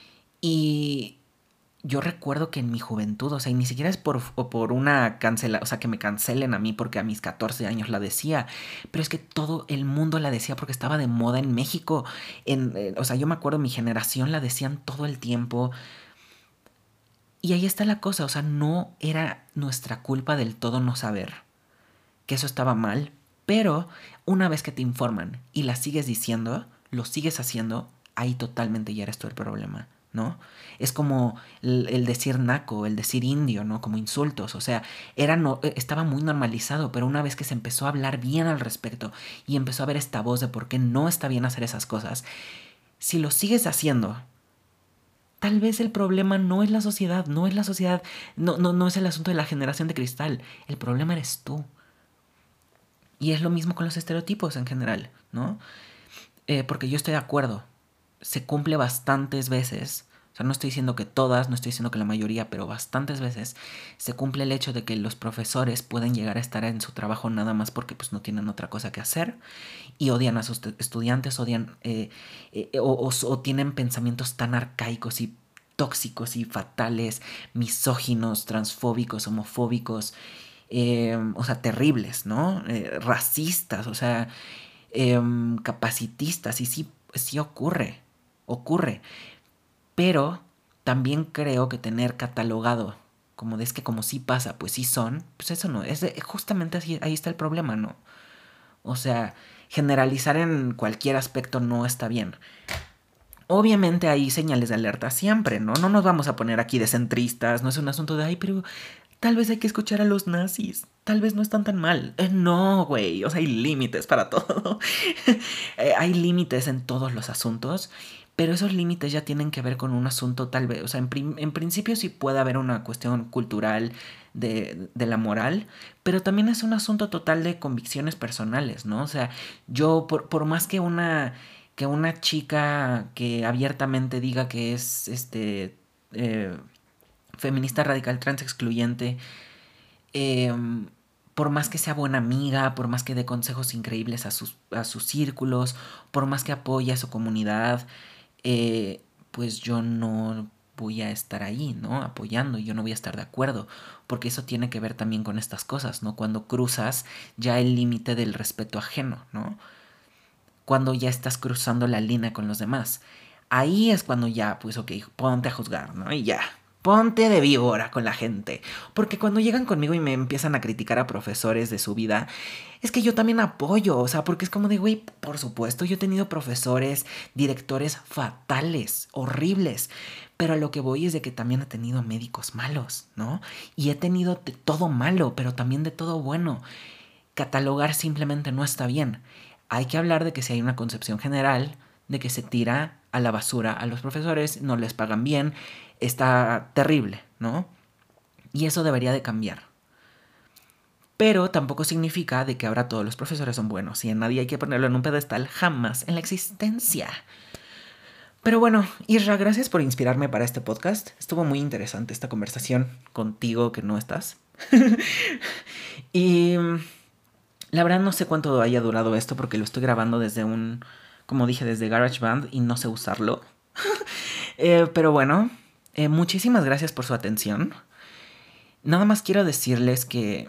Y yo recuerdo que en mi juventud, o sea, y ni siquiera es por, por una cancela, o sea, que me cancelen a mí porque a mis catorce años la decía, pero es que todo el mundo la decía porque estaba de moda en México. En, eh, o sea, yo me acuerdo, mi generación la decían todo el tiempo. Y ahí está la cosa, o sea, no era nuestra culpa del todo no saber que eso estaba mal, pero una vez que te informan y la sigues diciendo, lo sigues haciendo, ahí totalmente ya eres tú el problema, ¿no? Es como el, el decir naco, el decir indio, ¿no? Como insultos, o sea, era no, estaba muy normalizado, pero una vez que se empezó a hablar bien al respecto y empezó a haber esta voz de por qué no está bien hacer esas cosas, si lo sigues haciendo, tal vez el problema no es la sociedad, no es la sociedad, no, no, no es el asunto de la generación de cristal, el problema eres tú. Y es lo mismo con los estereotipos en general, ¿no? Eh, porque yo estoy de acuerdo, se cumple bastantes veces, o sea, no estoy diciendo que todas, no estoy diciendo que la mayoría, pero bastantes veces se cumple el hecho de que los profesores pueden llegar a estar en su trabajo nada más porque pues no tienen otra cosa que hacer y odian a sus estudiantes, odian eh, eh, o, o, o tienen pensamientos tan arcaicos y tóxicos y fatales, misóginos, transfóbicos, homofóbicos, eh, o sea, terribles, ¿no? Eh, racistas, o sea, eh, capacitistas, y sí, sí ocurre, ocurre, pero también creo que tener catalogado como de es que como sí pasa, pues sí son, pues eso no, es de, justamente así, ahí está el problema, ¿no? O sea, generalizar en cualquier aspecto no está bien. Obviamente hay señales de alerta siempre, ¿no? No nos vamos a poner aquí de centristas, no es un asunto de, ay, pero tal vez hay que escuchar a los nazis, tal vez no están tan mal. Eh, no, güey, o sea, hay límites para todo. eh, hay límites en todos los asuntos, pero esos límites ya tienen que ver con un asunto tal vez, o sea, en, prim- en principio sí puede haber una cuestión cultural de, de la moral, pero también es un asunto total de convicciones personales, ¿no? O sea, yo por, por más que una que una chica que abiertamente diga que es este eh, feminista radical trans excluyente, eh, por más que sea buena amiga, por más que dé consejos increíbles a sus, a sus círculos, por más que apoye a su comunidad, eh, pues yo no voy a estar ahí, ¿no? Apoyando, yo no voy a estar de acuerdo, porque eso tiene que ver también con estas cosas, ¿no? Cuando cruzas ya el límite del respeto ajeno, ¿no? Cuando ya estás cruzando la línea con los demás. Ahí es cuando ya, pues ok, ponte a juzgar, ¿no? Y ya, ponte de víbora con la gente. Porque cuando llegan conmigo y me empiezan a criticar a profesores de su vida, es que yo también apoyo, o sea, porque es como de, güey, por supuesto, yo he tenido profesores, directores fatales, horribles. Pero a lo que voy es de que también he tenido médicos malos, ¿no? Y he tenido de todo malo, pero también de todo bueno. Catalogar simplemente no está bien. Hay que hablar de que si hay una concepción general de que se tira a la basura a los profesores, no les pagan bien, está terrible, ¿no? Y eso debería de cambiar. Pero tampoco significa de que ahora todos los profesores son buenos y a nadie hay que ponerlo en un pedestal jamás en la existencia. Pero bueno, Isra, gracias por inspirarme para este podcast. Estuvo muy interesante esta conversación contigo que no estás. y la verdad no sé cuánto haya durado esto porque lo estoy grabando desde un, como dije, desde GarageBand y no sé usarlo. eh, pero bueno, eh, muchísimas gracias por su atención. Nada más quiero decirles que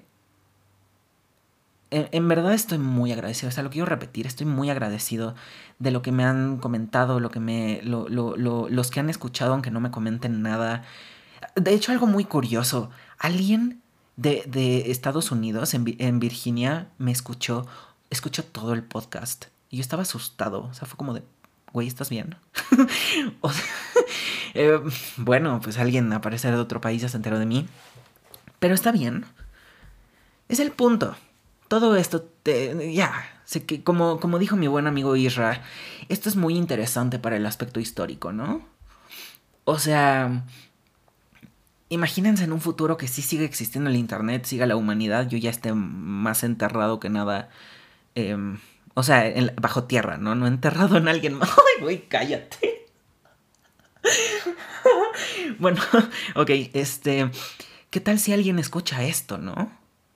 en, en verdad estoy muy agradecido. O sea, lo quiero repetir, estoy muy agradecido de lo que me han comentado, lo que me, lo, lo, lo, los que han escuchado aunque no me comenten nada. De hecho, algo muy curioso, alguien de, de Estados Unidos, en, en Virginia, me escuchó, escuchó todo el podcast. Y yo estaba asustado, o sea, fue como de, güey, ¿estás bien? o sea, eh, bueno, pues alguien aparecer de otro país ya se enteró de mí. Pero está bien. Es el punto. Todo esto, te, ya, sé que como, como dijo mi buen amigo Isra, esto es muy interesante para el aspecto histórico, ¿no? O sea, imagínense en un futuro que sí sigue existiendo el internet, siga la humanidad, yo ya esté más enterrado que nada. Eh, o sea, en, bajo tierra, ¿no? No enterrado en alguien más. ¡Ay, güey, cállate! Bueno, ok, este... ¿Qué tal si alguien escucha esto, no?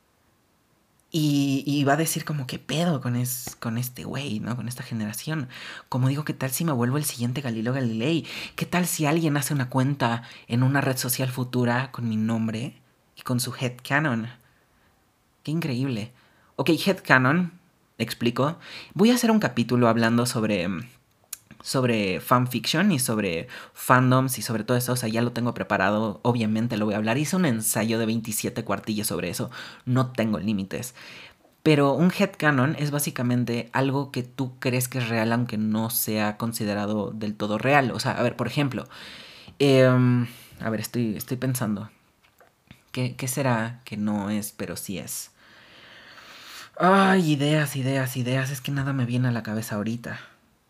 Y, y va a decir como, ¿qué pedo con, es, con este güey, ¿no? Con esta generación. Como digo, ¿qué tal si me vuelvo el siguiente Galileo Galilei? ¿Qué tal si alguien hace una cuenta en una red social futura con mi nombre y con su headcanon? Qué increíble. Ok, headcanon, explico. Voy a hacer un capítulo hablando sobre... sobre fanfiction y sobre fandoms y sobre todo eso, o sea, ya lo tengo preparado, obviamente lo voy a hablar. Hice un ensayo de veintisiete cuartillas sobre eso, no tengo límites. Pero un headcanon es básicamente algo que tú crees que es real aunque no sea considerado del todo real. O sea, a ver, por ejemplo, eh, a ver, estoy, estoy pensando. ¿Qué, ¿Qué será que no es, pero sí es? Ay, ideas, ideas, ideas. Es que nada me viene a la cabeza ahorita.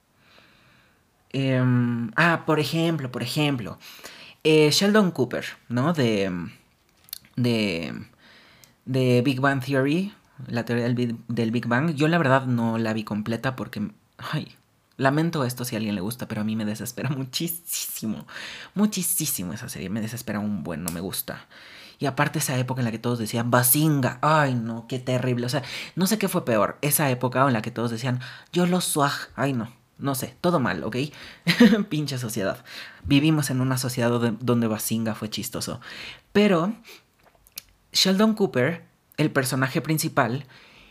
Eh, ah, por ejemplo, por ejemplo, eh, Sheldon Cooper, ¿no? De, de, de Big Bang Theory, la teoría del, del Big Bang. Yo la verdad no la vi completa porque, ay, lamento esto si a alguien le gusta, pero a mí me desespera muchísimo, muchísimo esa serie, me desespera un buen, no me gusta. Y aparte esa época en la que todos decían Bazinga, ay no, qué terrible, o sea, no sé qué fue peor, esa época en la que todos decían yo lo swag, ay no. No sé, todo mal, ¿ok? Pinche sociedad. Vivimos en una sociedad donde, donde Bazinga fue chistoso. Pero Sheldon Cooper, el personaje principal,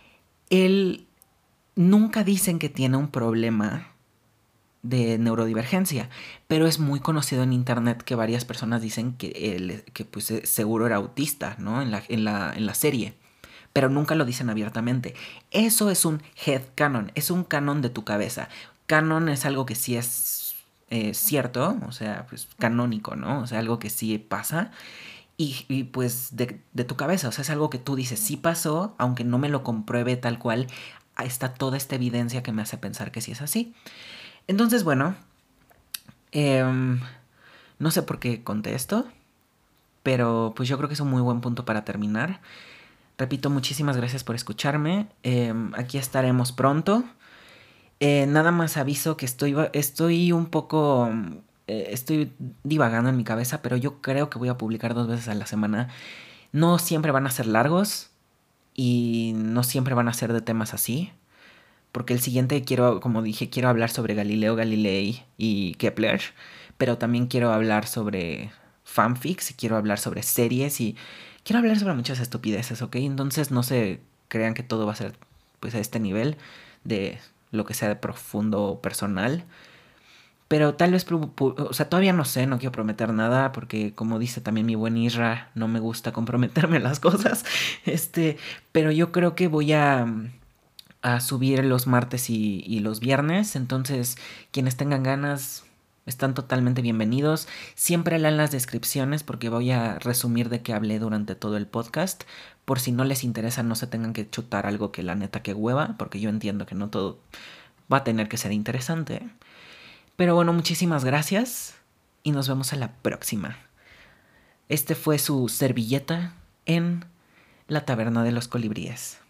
él nunca dicen que tiene un problema de neurodivergencia, pero es muy conocido en internet que varias personas dicen que él, que pues seguro era autista, ¿no? En la, en la, en la serie, pero nunca lo dicen abiertamente. Eso es un headcanon, es un canon de tu cabeza. Canon es algo que sí es eh, cierto, o sea, pues canónico, ¿no? O sea, algo que sí pasa. Y, y pues de, de tu cabeza, o sea, es algo que tú dices, sí pasó, aunque no me lo compruebe tal cual, está toda esta evidencia que me hace pensar que sí es así. Entonces, bueno, eh, no sé por qué conté esto, pero pues yo creo que es un muy buen punto para terminar. Repito, muchísimas gracias por escucharme. Eh, aquí estaremos pronto. Eh, nada más aviso que estoy, estoy un poco... Eh, estoy divagando en mi cabeza, pero yo creo que voy a publicar dos veces a la semana. No siempre van a ser largos y no siempre van a ser de temas así. Porque el siguiente quiero, como dije, quiero hablar sobre Galileo Galilei y Kepler, pero también quiero hablar sobre fanfics y quiero hablar sobre series y quiero hablar sobre muchas estupideces, ¿ok? Entonces no se crean que todo va a ser pues a este nivel de lo que sea de profundo o personal. Pero tal vez, o sea, todavía no sé, no quiero prometer nada porque como dice también mi buen Isra, no me gusta comprometerme las cosas. Este, pero yo creo que voy a a subir los martes y, y los viernes. Entonces, quienes tengan ganas están totalmente bienvenidos. Siempre lean las descripciones porque voy a resumir de qué hablé durante todo el podcast. Por si no les interesa, no se tengan que chutar algo que la neta que hueva, porque yo entiendo que no todo va a tener que ser interesante. Pero bueno, muchísimas gracias y nos vemos a la próxima. Este fue su servilleta en la Taberna de los Colibríes.